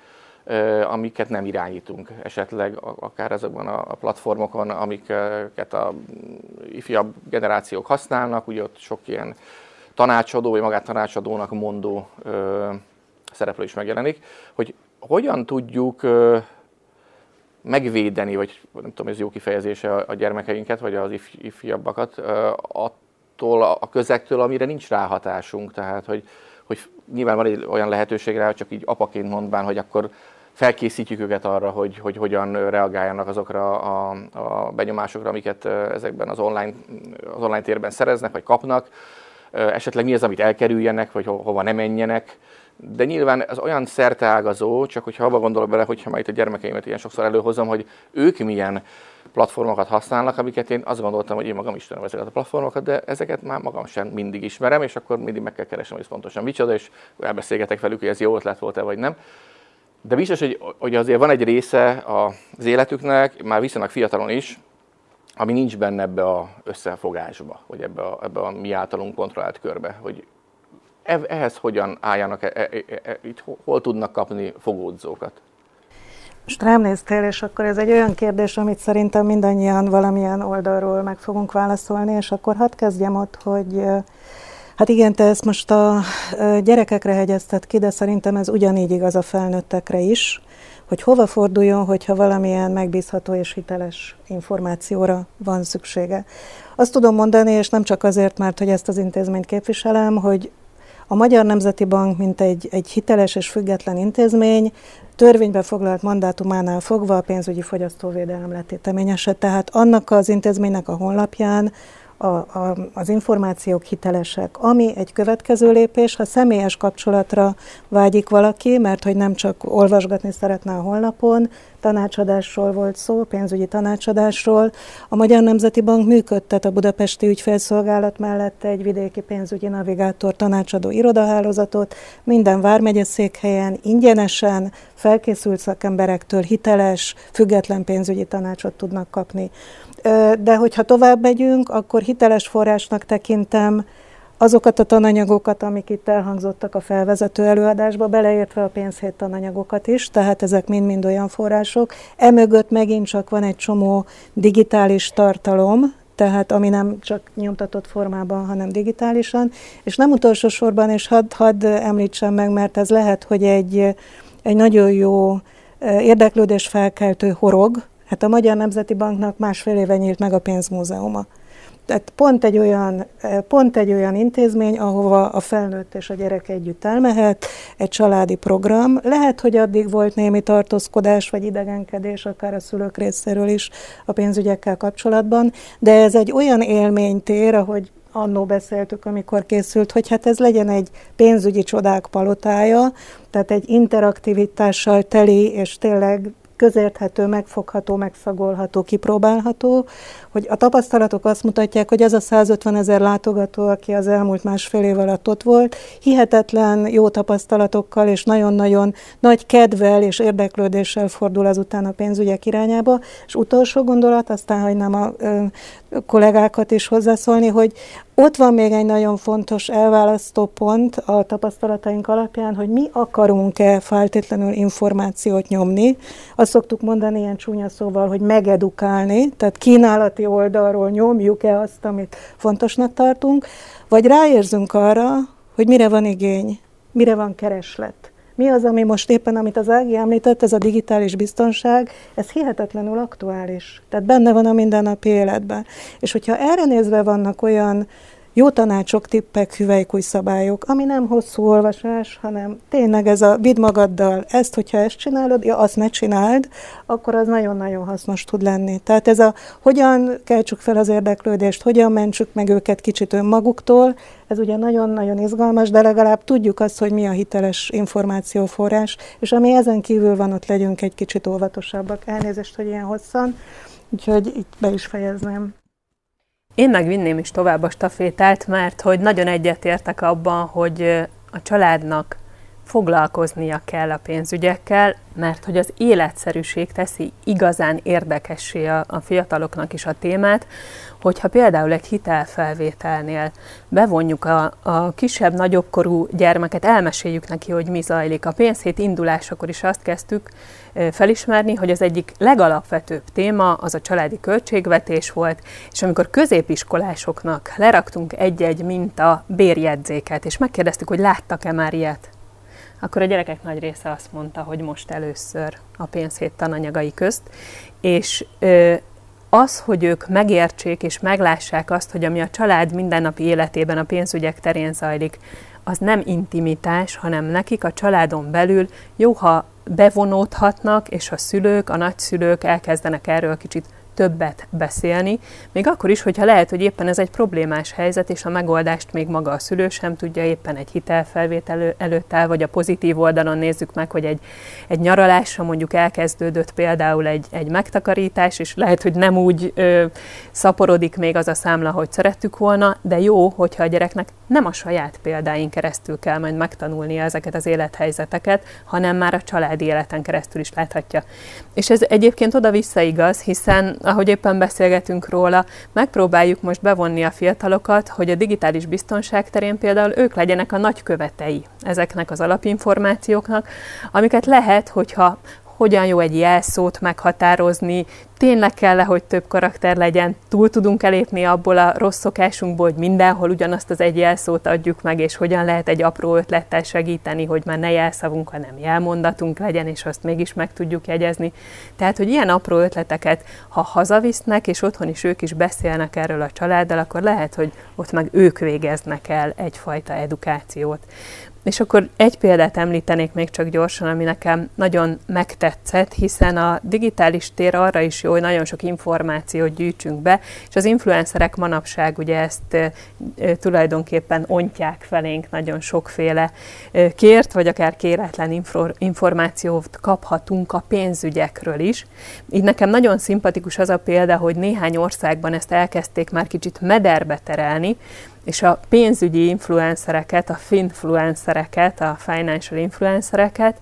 amiket nem irányítunk esetleg akár ezekben a platformokon, amiket a ifjabb generációk használnak, ugye ott sok ilyen tanácsadó, vagy magát tanácsadónak mondó ö, szereplő is megjelenik, hogy hogyan tudjuk ö, megvédeni, vagy nem tudom, ez jó kifejezése a gyermekeinket, vagy az if, ifjabbakat ö, attól a közegtől, amire nincs ráhatásunk. Tehát, hogy, hogy nyilván van egy olyan lehetőség rá, hogy csak így apaként mondván, hogy akkor felkészítjük őket arra, hogy, hogy hogyan reagáljanak azokra a, a benyomásokra, amiket ezekben az online, az online térben szereznek, vagy kapnak. Esetleg mi az, amit elkerüljenek, vagy ho- hova ne menjenek. De nyilván ez olyan szerteágazó, csak hogyha abba gondolok bele, hogyha már itt a gyermekeimet ilyen sokszor előhozom, hogy ők milyen platformokat használnak, amiket én azt gondoltam, hogy én magam ismerem ezeket a platformokat, de ezeket már magam sem mindig ismerem, és akkor mindig meg kell keresnem, hogy ez pontosan micsoda, és elbeszélgetek velük, hogy ez jó ötlet volt-e, vagy nem. De biztos, hogy, hogy azért van egy része az életüknek, már viszonylag fiatalon is, ami nincs benne ebbe az összefogásba, vagy ebbe a, ebbe a mi általunk kontrollált körbe, hogy ehhez hogyan álljanak, e, e, e, itt hol tudnak kapni fogódzókat? Most rám néztél, és akkor ez egy olyan kérdés, amit szerintem mindannyian valamilyen oldalról meg fogunk válaszolni, és akkor hadd kezdjem ott, hogy hát igen, te ezt most a gyerekekre hegyezted ki, de szerintem ez ugyanígy igaz a felnőttekre is, hogy hova forduljon, hogyha valamilyen megbízható és hiteles információra van szüksége. Azt tudom mondani, és nem csak azért, mert hogy ezt az intézményt képviselem, hogy A Magyar Nemzeti Bank, mint egy, egy hiteles és független intézmény, törvénybe foglalt mandátumánál fogva a pénzügyi fogyasztóvédelem letéteményese, tehát annak az intézménynek a honlapján a, a, az információk hitelesek. Ami egy következő lépés, ha személyes kapcsolatra vágyik valaki, mert hogy nem csak olvasgatni szeretne a honlapon, tanácsadásról volt szó, pénzügyi tanácsadásról. A Magyar Nemzeti Bank működtet a Budapesti Ügyfélszolgálat mellett egy vidéki pénzügyi navigátor tanácsadó irodahálózatot, minden vármegyeszékhelyen ingyenesen felkészült szakemberektől hiteles, független pénzügyi tanácsot tudnak kapni. De hogyha tovább megyünk, akkor hiteles forrásnak tekintem azokat a tananyagokat, amik itt elhangzottak a felvezető előadásba, beleértve a pénzhét tananyagokat is, tehát ezek mind-mind olyan források. Emögött megint csak van egy csomó digitális tartalom, tehát ami nem csak nyomtatott formában, hanem digitálisan. És nem utolsó sorban, és hadd had említsem meg, mert ez lehet, hogy egy, egy nagyon jó érdeklődés felkeltő horog. Hát a Magyar Nemzeti Banknak másfél éve nyílt meg a pénzmúzeuma. Tehát pont egy olyan, pont egy olyan intézmény, ahova a felnőtt és a gyerek együtt elmehet, egy családi program. Lehet, hogy addig volt némi tartózkodás vagy idegenkedés, akár a szülők részéről is a pénzügyekkel kapcsolatban, de ez egy olyan élménytér, ahogy annó beszéltük, amikor készült, hogy hát ez legyen egy pénzügyi csodák palotája, tehát egy interaktivitással teli, és tényleg közérthető, megfogható, megszagolható, kipróbálható, hogy a tapasztalatok azt mutatják, hogy az a százötven ezer látogató, aki az elmúlt másfél év alatt ott volt, hihetetlen jó tapasztalatokkal és nagyon-nagyon nagy kedvel és érdeklődéssel fordul azután a pénzügyek irányába. És utolsó gondolat, aztán hagynám a ö, kollégákat is hozzászólni, hogy ott van még egy nagyon fontos elválasztó pont a tapasztalataink alapján, hogy mi akarunk-e feltétlenül információt nyomni. Azt szoktuk mondani ilyen csúnya szóval, hogy megedukálni, tehát kínálati oldalról nyomjuk-e azt, amit fontosnak tartunk, vagy ráérzünk arra, hogy mire van igény, mire van kereslet. Mi az, ami most éppen, amit az Ági említett, ez a digitális biztonság, ez hihetetlenül aktuális. Tehát benne van a mindennapi életben. És hogyha erre nézve vannak olyan jó tanácsok, tippek, hüvelykúj szabályok, ami nem hosszú olvasás, hanem tényleg ez a vidd magaddal ezt, hogyha ezt csinálod, ja, azt ne csináld, akkor az nagyon-nagyon hasznos tud lenni. Tehát ez a hogyan keltsük fel az érdeklődést, hogyan mentsük meg őket kicsit önmaguktól, ez ugye nagyon-nagyon izgalmas, de legalább tudjuk azt, hogy mi a hiteles információforrás, és ami ezen kívül van, ott legyünk egy kicsit óvatosabbak. Elnézést, hogy ilyen hosszan, úgyhogy itt be is fejezném. Én megvinném is tovább a stafétát, mert hogy nagyon egyetértek abban, hogy a családnak foglalkoznia kell a pénzügyekkel, mert hogy az életszerűség teszi igazán érdekessé a, a fiataloknak is a témát, hogyha például egy hitelfelvételnél bevonjuk a, a kisebb-nagyobb korú gyermeket, elmeséljük neki, hogy mi zajlik. A pénzhét indulásakor is azt kezdtük felismerni, hogy az egyik legalapvetőbb téma az a családi költségvetés volt, és amikor középiskolásoknak leraktunk egy-egy minta bérjegyzéket, és megkérdeztük, hogy láttak-e már ilyet, akkor a gyerekek nagy része azt mondta, hogy most először a pénzhét tananyagai közt, és ö, az, hogy ők megértsék és meglássák azt, hogy ami a család mindennapi életében a pénzügyek terén zajlik, az nem intimitás, hanem nekik a családon belül jó, ha bevonódhatnak, és a szülők, a nagyszülők elkezdenek erről kicsit többet beszélni, még akkor is, hogyha lehet, hogy éppen ez egy problémás helyzet, és a megoldást még maga a szülő sem tudja, éppen egy hitelfelvétel előtt áll, vagy a pozitív oldalon nézzük meg, hogy egy, egy nyaralásra mondjuk elkezdődött például egy, egy megtakarítás, és lehet, hogy nem úgy ö, szaporodik még az a számla, hogy szerettük volna, de jó, hogyha a gyereknek nem a saját példáin keresztül kell majd megtanulnia ezeket az élethelyzeteket, hanem már a családi életen keresztül is láthatja. És ez egyébként oda-vissza igaz, hiszen ahogy éppen beszélgetünk róla, megpróbáljuk most bevonni a fiatalokat, hogy a digitális biztonság terén például ők legyenek a nagykövetei ezeknek az alapinformációknak, amiket lehet, hogyha hogyan jó egy jelszót meghatározni, tényleg kell-e, hogy több karakter legyen, túl tudunk elépni abból a rossz szokásunkból, hogy mindenhol ugyanazt az egy jelszót adjuk meg, és hogyan lehet egy apró ötlettel segíteni, hogy már ne jelszavunk, hanem jelmondatunk legyen, és azt mégis meg tudjuk jegyezni. Tehát, hogy ilyen apró ötleteket, ha hazavisznek, és otthon is ők is beszélnek erről a családdal, akkor lehet, hogy ott meg ők végeznek el egyfajta edukációt. És akkor egy példát említenék még csak gyorsan, ami nekem nagyon megtetszett, hiszen a digitális tér arra is jó, hogy nagyon sok információt gyűjtsünk be, és az influencerek manapság ugye ezt e, e, tulajdonképpen ontják felénk, nagyon sokféle e, kért, vagy akár kéretlen info, információt kaphatunk a pénzügyekről is. Így nekem nagyon szimpatikus az a példa, hogy néhány országban ezt elkezdték már kicsit mederbe terelni, és a pénzügyi influencereket, a finfluencereket, a financial influencereket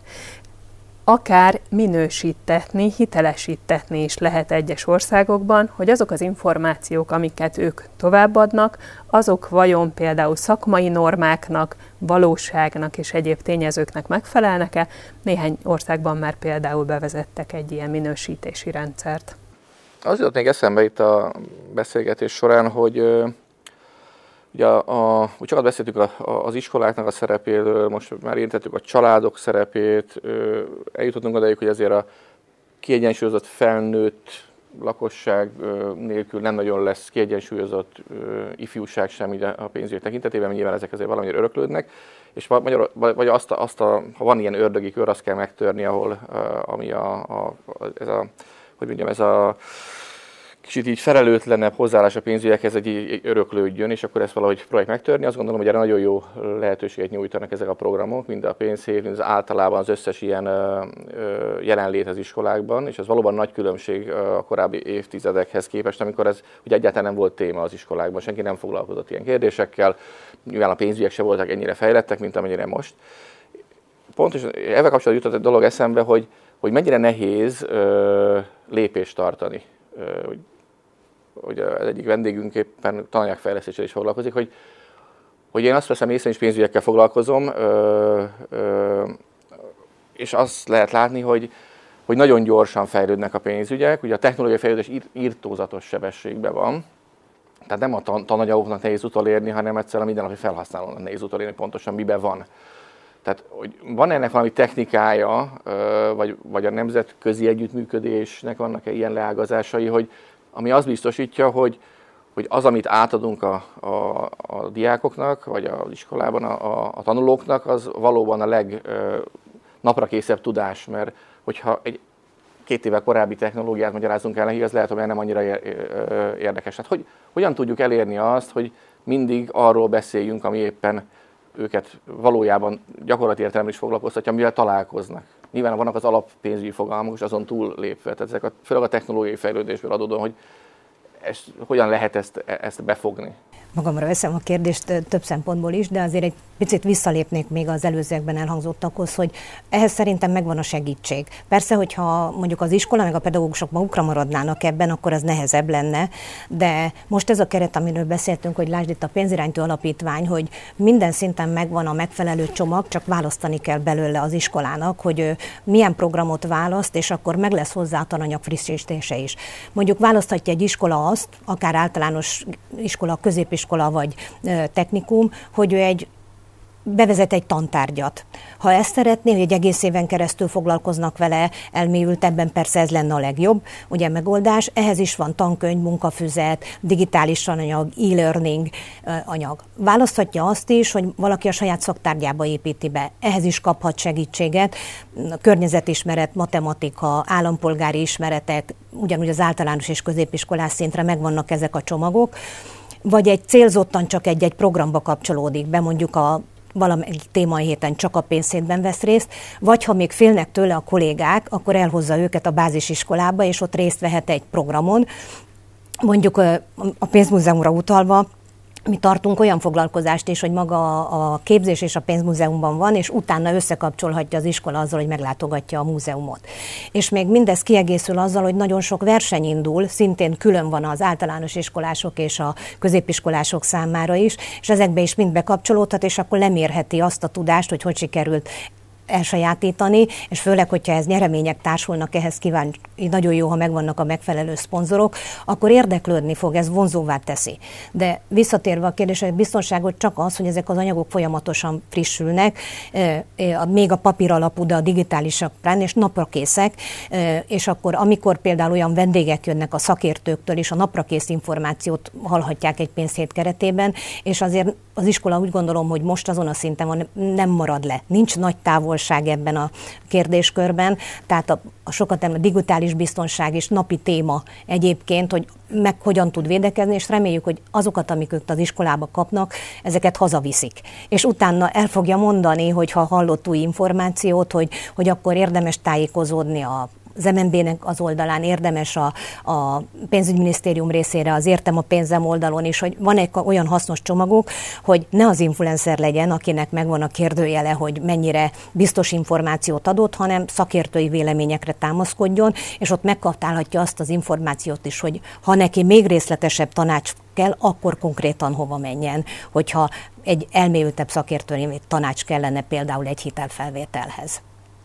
akár minősítetni, hitelesítetni is lehet egyes országokban, hogy azok az információk, amiket ők továbbadnak, azok vajon például szakmai normáknak, valóságnak és egyéb tényezőknek megfelelnek-e. Néhány országban már például bevezettek egy ilyen minősítési rendszert. Az jutott még eszembe itt a beszélgetés során, hogy ugye a, a, úgy sokat beszéltük a, a, az iskoláknak a szerepéről, most már érintettük a családok szerepét, eljutottunk odaig, hogy azért a kiegyensúlyozott felnőtt lakosság nélkül nem nagyon lesz kiegyensúlyozott ifjúság sem ide a pénzügy tekintetében, nyilván ezek azért valamennyire öröklődnek, és magyar, vagy azt a, azt a, ha van ilyen ördögi kör, azt kell megtörni, ahol ami a, a, ez a, hogy mondjam, ez a kicsit így felelőtlenebb hozzáállás a pénzügyekhez egy, egy öröklődjön, és akkor ezt valahogy projekt megtörni. Azt gondolom, hogy erre nagyon jó lehetőséget nyújtanak ezek a programok, mind a pénzhév, mind az általában az összes ilyen ö, ö, jelenlét az iskolákban, és ez valóban nagy különbség a korábbi évtizedekhez képest, amikor ez ugye egyáltalán nem volt téma az iskolákban, senki nem foglalkozott ilyen kérdésekkel, nyilván a pénzügyek se voltak ennyire fejlettek, mint amennyire most. Pontosan ezzel kapcsolatban jutott egy dolog eszembe, hogy, hogy mennyire nehéz ö, lépést tartani. Ö, hogy hogy az egyik vendégünk éppen tananyagfejlesztéssel is foglalkozik, hogy, hogy én azt veszem észre, és pénzügyekkel foglalkozom, ö, ö, és azt lehet látni, hogy, hogy nagyon gyorsan fejlődnek a pénzügyek, ugye a technológiai fejlődés ír, írtózatos sebességben van, tehát nem a tan- tananyagoknak nehéz utolérni, hanem egyszerűen mindennapi felhasználónak nehéz utolérni, pontosan miben van. Tehát, hogy van ennek valami technikája, vagy, vagy a nemzetközi együttműködésnek vannak-e ilyen leágazásai, hogy ami azt biztosítja, hogy, hogy az, amit átadunk a, a, a diákoknak, vagy az iskolában a, a tanulóknak, az valóban a legnaprakészebb tudás, mert hogyha egy két évvel korábbi technológiát magyarázunk el neki, az lehet, hogy nem annyira érdekes. Hát hogy, hogyan tudjuk elérni azt, hogy mindig arról beszéljünk, ami éppen őket valójában gyakorlati értelemben is foglalkoztatja, amivel találkoznak. Nyilván vannak az alappénzügyi fogalmak, és azon túl lépve. Tehát ezek a, főleg a technológiai fejlődésből adódóan, hogy ezt, hogyan lehet ezt, ezt befogni. Magamra veszem a kérdést több szempontból is, de azért egy picit visszalépnék még az előzőekben elhangzottakhoz, hogy ehhez szerintem megvan a segítség. Persze, hogyha mondjuk az iskola meg a pedagógusok magukra maradnának ebben, akkor az nehezebb lenne, de most ez a keret, amiről beszéltünk, hogy lásd itt a pénzirányító alapítvány, hogy minden szinten megvan a megfelelő csomag, csak választani kell belőle az iskolának, hogy milyen programot választ, és akkor meg lesz hozzá a tananyag frissítése is. Mondjuk választhatja egy iskola azt, akár általános iskola, középiskola vagy technikum, hogy ő egy bevezet egy tantárgyat. Ha ezt szeretné, hogy egy egész éven keresztül foglalkoznak vele, elmélyültebben, persze ez lenne a legjobb, ugye megoldás. Ehhez is van tankönyv, munkafüzet, digitális anyag, e-learning anyag. Választhatja azt is, hogy valaki a saját szaktárgyába építi be. Ehhez is kaphat segítséget. Környezetismeret, matematika, állampolgári ismeretek, ugyanúgy az általános és középiskolás szintre megvannak ezek a csomagok. Vagy egy célzottan csak egy-egy programba kapcsolódik be, mondjuk a valamelyik témai héten csak a pénzhétben vesz részt, vagy ha még félnek tőle a kollégák, akkor elhozza őket a bázisiskolába, és ott részt vehet egy programon. Mondjuk a pénzmúzeumra utalva, mi tartunk olyan foglalkozást is, hogy maga a képzés és a pénzmúzeumban van, és utána összekapcsolhatja az iskola azzal, hogy meglátogatja a múzeumot. És még mindez kiegészül azzal, hogy nagyon sok verseny indul, szintén külön van az általános iskolások és a középiskolások számára is, és ezekbe is mind bekapcsolódhat, és akkor lemérheti azt a tudást, hogy hogy sikerült elsajátítani, és főleg, hogyha ez nyeremények társulnak, ehhez kíváncsi, nagyon jó, ha megvannak a megfelelő szponzorok, akkor érdeklődni fog, ez vonzóvá teszi. De visszatérve a kérdésre, biztonságot csak az, hogy ezek az anyagok folyamatosan frissülnek, még a papír alapú, de a digitálisak, és naprakészek, és akkor amikor például olyan vendégek jönnek a szakértőktől, és a naprakész információt hallhatják egy pénzhét keretében, és azért az iskola úgy gondolom, hogy most azon a szinten van, nem marad le. Nincs nagy távolság ebben a kérdéskörben, tehát a, a sokat a digitális biztonság is napi téma egyébként, hogy meg hogyan tud védekezni, és reméljük, hogy azokat, amiket az iskolába kapnak, ezeket hazaviszik. És utána el fogja mondani, hogyha hallott új információt, hogy, hogy akkor érdemes tájékozódni a az em en bé-nek az oldalán, érdemes a, a pénzügyminisztérium részére, az Értem a pénzem oldalon is, hogy van egy olyan hasznos csomagok, hogy ne az influencer legyen, akinek megvan a kérdőjele, hogy mennyire biztos információt adott, hanem szakértői véleményekre támaszkodjon, és ott megkapálhatja azt az információt is, hogy ha neki még részletesebb tanács kell, akkor konkrétan hova menjen, hogyha egy elmélyültebb szakértői tanács kellene például egy hitelfelvételhez.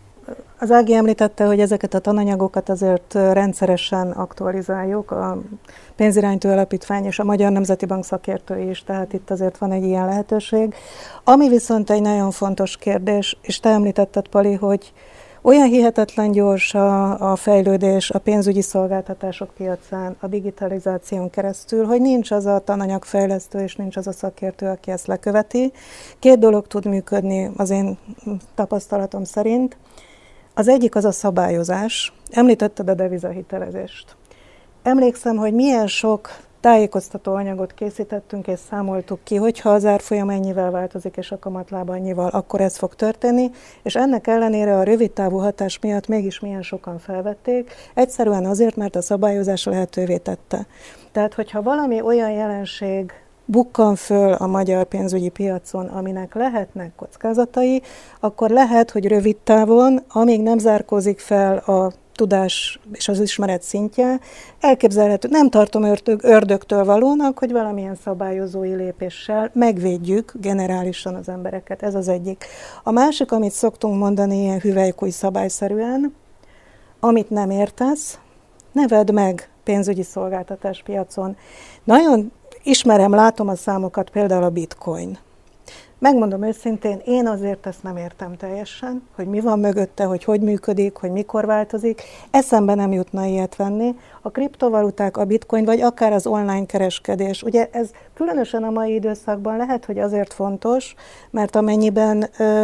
Az Ági említette, hogy ezeket a tananyagokat azért rendszeresen aktualizáljuk, a Pénzirányító Alapítvány és a Magyar Nemzeti Bank szakértői is, tehát itt azért van egy ilyen lehetőség. Ami viszont egy nagyon fontos kérdés, és te említetted, Pali, hogy olyan hihetetlen gyors a, a fejlődés a pénzügyi szolgáltatások piacán, a digitalizáción keresztül, hogy nincs az a tananyagfejlesztő, és nincs az a szakértő, aki ezt leköveti. Két dolog tud működni az én tapasztalatom szerint. Az egyik az a szabályozás. Említetted a devizahitelezést. Emlékszem, hogy milyen sok tájékoztató anyagot készítettünk, és számoltuk ki, hogyha az árfolyam ennyivel változik, és a kamatláb annyival, akkor ez fog történni, és ennek ellenére a rövidtávú hatás miatt mégis milyen sokan felvették, egyszerűen azért, mert a szabályozás lehetővé tette. Tehát, hogyha valami olyan jelenség bukkan föl a magyar pénzügyi piacon, aminek lehetnek kockázatai, akkor lehet, hogy rövid távon, amíg nem zárkózik fel a tudás és az ismeret szintje, elképzelhető, nem tartom ördög, ördögtől valónak, hogy valamilyen szabályozói lépéssel megvédjük generálisan az embereket. Ez az egyik. A másik, amit szoktunk mondani ilyen hüvelykúj szabályszerűen, amit nem értesz, ne vedd meg pénzügyi szolgáltatás piacon. Nagyon ismerem, látom a számokat, például a bitcoin. Megmondom őszintén, én azért ezt nem értem teljesen, hogy mi van mögötte, hogy hogy működik, hogy mikor változik. Eszembe nem jutna ilyet venni. A kriptovaluták, a bitcoin, vagy akár az online kereskedés. Ugye ez különösen a mai időszakban lehet, hogy azért fontos, mert amennyiben ö,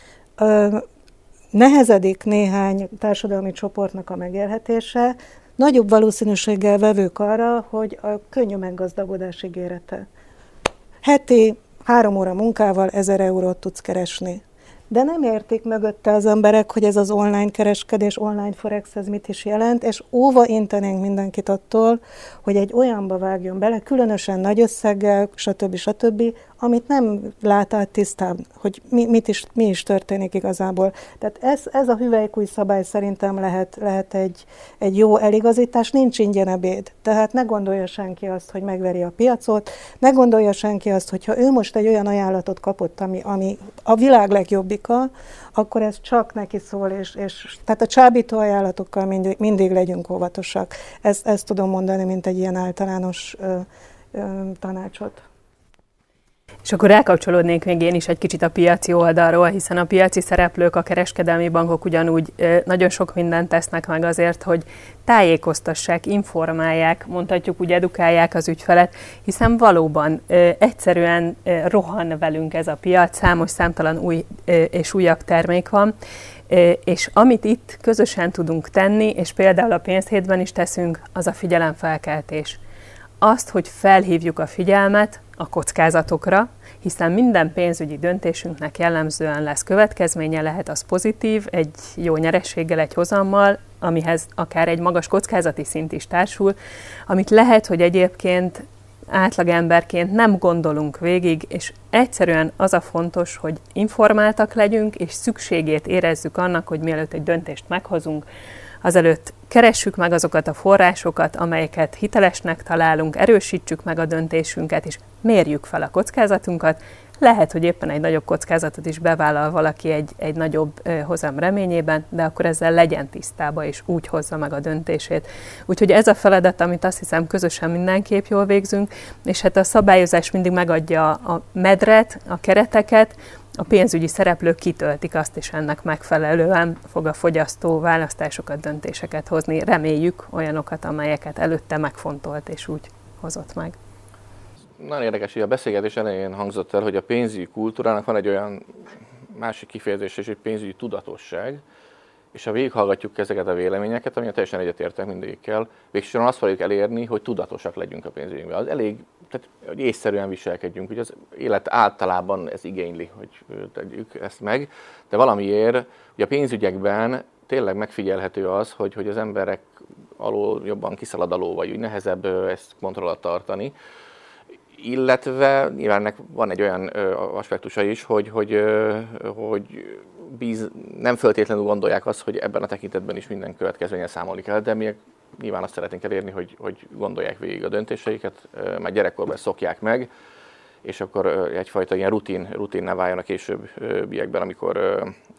ö, nehezedik néhány társadalmi csoportnak a megélhetése, nagyobb valószínűséggel vevők arra, hogy a könnyű meggazdagodás ígérete. Heti három óra munkával ezer eurót tudsz keresni. De nem értik mögötte az emberek, hogy ez az online kereskedés, online forex, ez mit is jelent, és óva intenénk mindenkit attól, hogy egy olyanba vágjon bele, különösen nagy összeggel, stb. stb., amit nem lát át tisztán, hogy mi, mit is, mi is történik igazából. Tehát ez, ez a hüvelykúj szabály szerintem lehet, lehet egy, egy jó eligazítás, nincs ingyen ebéd. Tehát ne gondolja senki azt, hogy megveri a piacot, ne gondolja senki azt, hogyha ő most egy olyan ajánlatot kapott, ami, ami a világ legjobbika, akkor ez csak neki szól, és, és tehát a csábító ajánlatokkal mindig, mindig legyünk óvatosak. Ezt, ezt tudom mondani, mint egy ilyen általános ö, ö, tanácsot. És akkor elkapcsolódnék még én is egy kicsit a piaci oldalról, hiszen a piaci szereplők, a kereskedelmi bankok ugyanúgy nagyon sok mindent tesznek meg azért, hogy tájékoztassák, informálják, mondhatjuk úgy, edukálják az ügyfelet, hiszen valóban egyszerűen rohan velünk ez a piac, számos számtalan új és újabb termék van, és amit itt közösen tudunk tenni, és például a pénzhétben is teszünk, az a figyelemfelkeltés. Azt, hogy felhívjuk a figyelmet a kockázatokra, hiszen minden pénzügyi döntésünknek jellemzően lesz következménye, lehet az pozitív, egy jó nyerességgel, egy hozammal, amihez akár egy magas kockázati szint is társul, amit lehet, hogy egyébként átlagemberként nem gondolunk végig, és egyszerűen az a fontos, hogy informáltak legyünk, és szükségét érezzük annak, hogy mielőtt egy döntést meghozunk, azelőtt keressük meg azokat a forrásokat, amelyeket hitelesnek találunk, erősítsük meg a döntésünket, és mérjük fel a kockázatunkat, Lehet, hogy éppen egy nagyobb kockázatot is bevállal valaki egy, egy nagyobb hozam reményében, de akkor ezzel legyen tisztába, és úgy hozza meg a döntését. Úgyhogy ez a feladat, amit azt hiszem közösen mindenképp jól végzünk, és hát a szabályozás mindig megadja a medret, a kereteket, a pénzügyi szereplők kitöltik azt, és ennek megfelelően fog a fogyasztó választásokat, döntéseket hozni. Reméljük olyanokat, amelyeket előtte megfontolt, és úgy hozott meg. Nagyon érdekes, hogy a beszélgetés elején hangzott el, hogy a pénzügyi kultúrának van egy olyan másik kifejezés, és egy pénzügyi tudatosság, és ha végighallgatjuk ezeket a véleményeket, amilyen teljesen egyetértek mindegyikkel, végsősorban azt fogjuk elérni, hogy tudatosak legyünk a pénzügyünkben. Az elég, tehát hogy észszerűen viselkedjünk, hogy az élet általában ez igényli, hogy tegyük ezt meg, de valamiért ugye a pénzügyekben tényleg megfigyelhető az, hogy, hogy az emberek alól jobban kiszalad a ló, vagy úgy nehezebb ezt kontroll alatt tartani. Illetve nyilván ennek van egy olyan aspektusa is, hogy, hogy, hogy bíz, nem feltétlenül gondolják azt, hogy ebben a tekintetben is minden következményen számolni kell, de mi nyilván azt szeretnénk elérni, hogy, hogy gondolják végig a döntéseiket, már gyerekkorban szokják meg, és akkor egyfajta ilyen rutin, rutinná váljon a későbbiekben, amikor ö,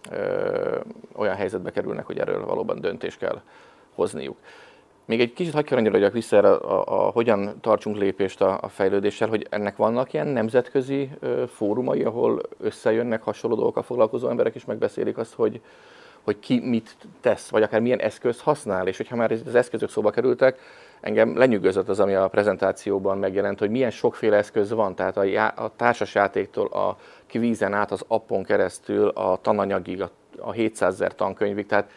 ö, olyan helyzetbe kerülnek, hogy erről valóban döntést kell hozniuk. Még egy kicsit hadd kanyarodjak vissza erre, a, a, a, hogyan tartsunk lépést a, a fejlődéssel, hogy ennek vannak ilyen nemzetközi ö, fórumai, ahol összejönnek hasonló dolgokkal foglalkozó emberek, és megbeszélik azt, hogy, hogy ki mit tesz, vagy akár milyen eszközt használ, és hogyha már az eszközök szóba kerültek, engem lenyűgözött az, ami a prezentációban megjelent, hogy milyen sokféle eszköz van, tehát a, já, a társasjátéktól a kvízen át, az appon keresztül, a tananyagig, a, a hétszázezer tankönyvig, tehát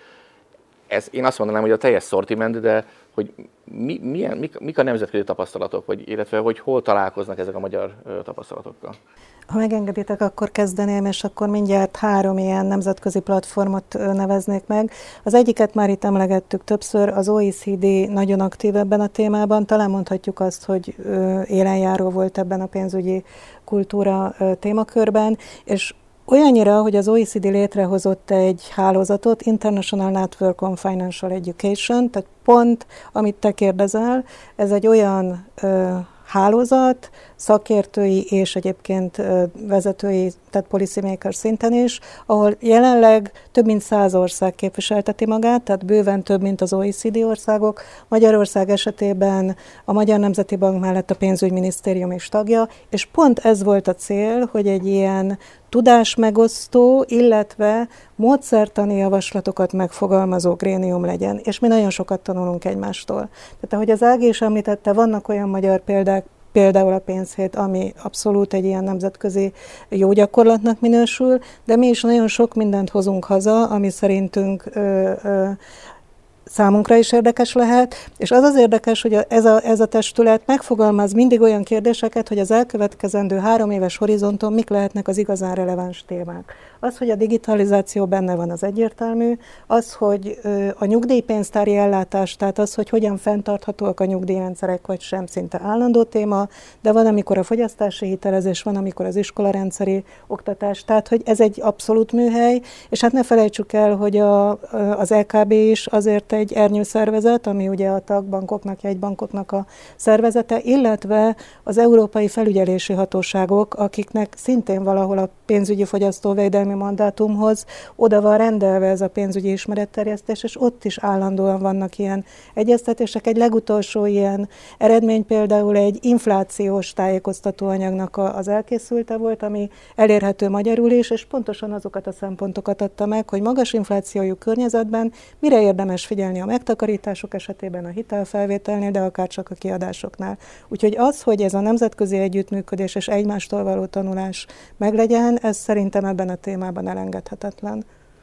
ez, én azt mondanám, hogy a teljes szortiment, de hogy mi, milyen, mik, mik a nemzetközi tapasztalatok, vagy, illetve hogy hol találkoznak ezek a magyar ö, tapasztalatokkal? Ha megengeditek, akkor kezdeném, és akkor mindjárt három ilyen nemzetközi platformot neveznék meg. Az egyiket már itt emlegettük többször, az o e cé dé nagyon aktív ebben a témában. Talán mondhatjuk azt, hogy élenjáró volt ebben a pénzügyi kultúra témakörben, és olyannyira, hogy az o e cé dé létrehozott egy hálózatot, International Network on Financial Education, tehát pont, amit te kérdezel, ez egy olyan ö, hálózat, szakértői és egyébként vezetői, tehát policymaker szinten is, ahol jelenleg több mint száz ország képviselteti magát, tehát bőven több, mint az o e cé dé országok. Magyarország esetében a Magyar Nemzeti Bank mellett a Pénzügyminisztérium is tagja, és pont ez volt a cél, hogy egy ilyen tudásmegosztó, illetve módszertani javaslatokat megfogalmazó grémium legyen, és mi nagyon sokat tanulunk egymástól. Tehát ahogy az Ági is említette, vannak olyan magyar példák, például a pénzhét, ami abszolút egy ilyen nemzetközi jó gyakorlatnak minősül, de mi is nagyon sok mindent hozunk haza, ami szerintünk ö, ö, számunkra is érdekes lehet, és az az érdekes, hogy ez a, ez a testület megfogalmaz mindig olyan kérdéseket, hogy az elkövetkezendő három éves horizonton mik lehetnek az igazán releváns témák. Az, hogy a digitalizáció benne van, az egyértelmű, az, hogy a nyugdíjpénztári ellátás, tehát az, hogy hogyan fenntarthatóak a nyugdíjrendszerek, vagy sem, szinte állandó téma, de van, amikor a fogyasztási hitelezés, van, amikor az iskolarendszeri oktatás, tehát, hogy ez egy abszolút műhely, és hát ne felejtsük el, hogy a, az é ká bé is azért egy ernyőszervezet, ami ugye a tagbankoknak, jegybankoknak a szervezete, illetve az európai felügyelési hatóságok, akiknek szintén valahol a pénzügyi fogyasztóvédelmi mandátumhoz oda van rendelve ez a pénzügyi ismeretterjesztés, és ott is állandóan vannak ilyen egyeztetések. Egy legutolsó ilyen eredmény például egy inflációs tájékoztatóanyagnak az elkészülte volt, ami elérhető magyarul is, és pontosan azokat a szempontokat adta meg, hogy magas inflációjú környezetben mire érdemes figyelni a megtakarítások esetében, a hitelfelvételnél, de akár csak a kiadásoknál. Úgyhogy az, hogy ez a nemzetközi együttműködés és egymástól való tanulás meglegyen, ez szerintem ebben a témában elengedhetetlen.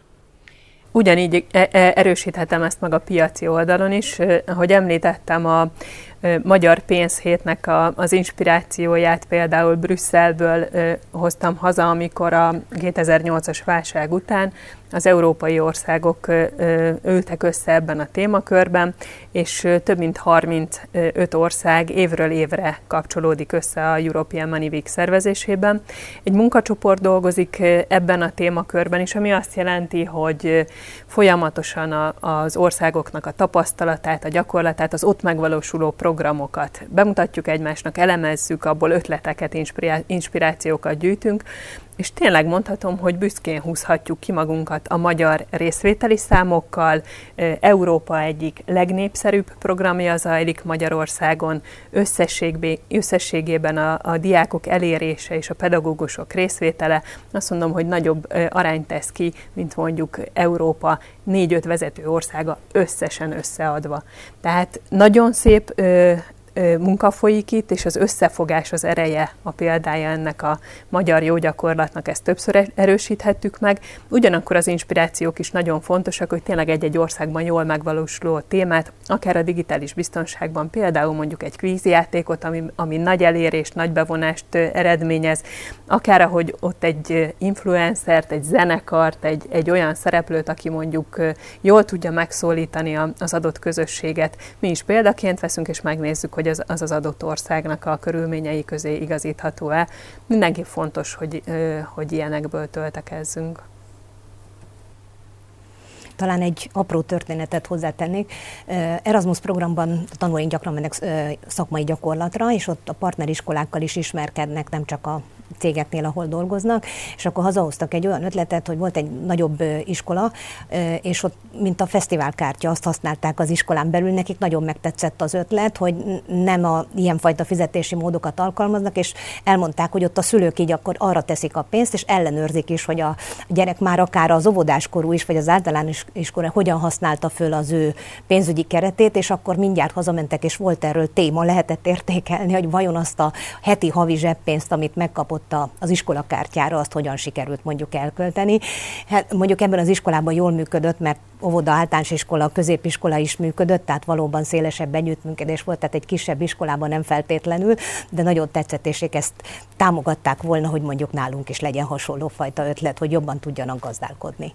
Ugyanígy erősíthetem ezt meg a piaci oldalon is. Ahogy említettem, a Magyar Pénzhétnek a, az inspirációját például Brüsszelből hoztam haza, amikor a kétezer-nyolcas válság után az európai országok ültek össze ebben a témakörben, és több mint harmincöt ország évről évre kapcsolódik össze a European Money Week szervezésében. Egy munkacsoport dolgozik ebben a témakörben is, ami azt jelenti, hogy folyamatosan az országoknak a tapasztalatát, a gyakorlatát, az ott megvalósuló programokat bemutatjuk egymásnak, elemezzük, abból ötleteket, inspirációkat gyűjtünk, és tényleg mondhatom, hogy büszkén húzhatjuk ki magunkat a magyar részvételi számokkal. Európa egyik legnépszerűbb programja zajlik Magyarországon, összességében a, a diákok elérése és a pedagógusok részvétele. Azt mondom, hogy nagyobb arányt tesz ki, mint mondjuk Európa négy-öt vezető országa összesen összeadva. Tehát nagyon szép munka folyik itt, és az összefogás az ereje, a példája ennek a magyar jó gyakorlatnak, ezt többször erősíthettük meg. Ugyanakkor az inspirációk is nagyon fontosak, hogy tényleg egy-egy országban jól megvalósuló témát, akár a digitális biztonságban, például mondjuk egy kvízjátékot, ami, ami nagy elérést, nagy bevonást eredményez, akár ahogy ott egy influencert, egy zenekart, egy, egy olyan szereplőt, aki mondjuk jól tudja megszólítani az adott közösséget. Mi is példaként veszünk, és megnézzük, hogy az az, az adott országnak a körülményei közé igazítható-e. Mindenki fontos, hogy, hogy ilyenekből töltekezzünk. Talán egy apró történetet hozzátennék. Erasmus programban tanulóink gyakran mennek szakmai gyakorlatra, és ott a partneriskolákkal is ismerkednek, nem csak a cégeknél, ahol dolgoznak, és akkor hazahoztak egy olyan ötletet, hogy volt egy nagyobb iskola, és ott, mint a fesztiválkártya, azt használták az iskolán belül, nekik nagyon megtetszett az ötlet, hogy nem a ilyenfajta fizetési módokat alkalmaznak, és elmondták, hogy ott a szülők így akkor arra teszik a pénzt, és ellenőrzik is, hogy a gyerek már akár az óvodáskorú is, vagy az általános iskola hogyan használta föl az ő pénzügyi keretét, és akkor mindjárt hazamentek, és volt erről téma, lehetett értékelni, hogy vajon azt a heti havi zseppénzt, amit megkapott az iskolakártyára, azt hogyan sikerült mondjuk elkölteni. Hát mondjuk ebben az iskolában jól működött, mert óvoda, általános iskola, középiskola is működött, tehát valóban szélesebb együttműködés volt, tehát egy kisebb iskolában nem feltétlenül, de nagyon tetszett, és ezt támogatták volna, hogy mondjuk nálunk is legyen hasonló fajta ötlet, hogy jobban tudjanak gazdálkodni.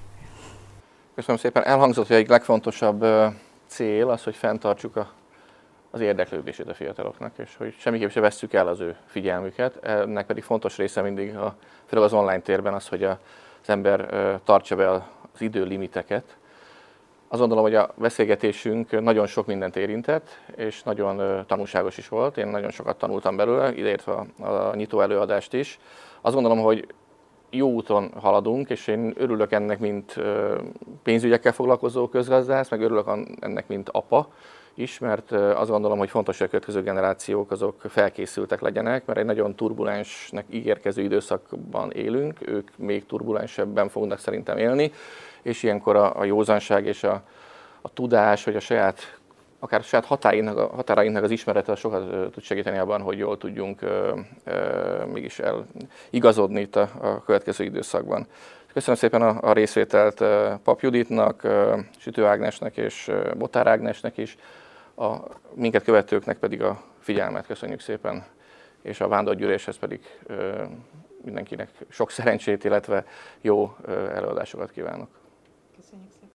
Köszönöm szépen. Elhangzott, hogy egy legfontosabb cél az, hogy fenntartsuk a az érdeklődését a fiataloknak, és hogy semmiképp se vesszük el az ő figyelmüket. Ennek pedig fontos része mindig, a, főleg az online térben az, hogy az ember tartsa be az időlimiteket. Azt gondolom, hogy a beszélgetésünk nagyon sok mindent érintett, és nagyon tanulságos is volt. Én nagyon sokat tanultam belőle, ideértve a, a nyitó előadást is. Azt gondolom, hogy jó úton haladunk, és én örülök ennek, mint pénzügyekkel foglalkozó közgazdász, meg örülök ennek, mint apa is, mert azt gondolom, hogy fontos, hogy a következő generációk azok felkészültek legyenek, mert egy nagyon turbulensnek ígérkező időszakban élünk, ők még turbulensebben fognak szerintem élni, és ilyenkor a, a józanság és a, a tudás, hogy a saját, akár a saját határainknak, a határainknak az ismerete sokat tud segíteni abban, hogy jól tudjunk ö, ö, mégis el, igazodni itt a, a következő időszakban. Köszönöm szépen a, a részvételt Pap Juditnak, Sütő Ágnesnek és Botár Ágnesnek is, a minket követőknek pedig a figyelmet köszönjük szépen, és a vándorgyűléshez pedig mindenkinek sok szerencsét, illetve jó előadásokat kívánok. Köszönjük szépen.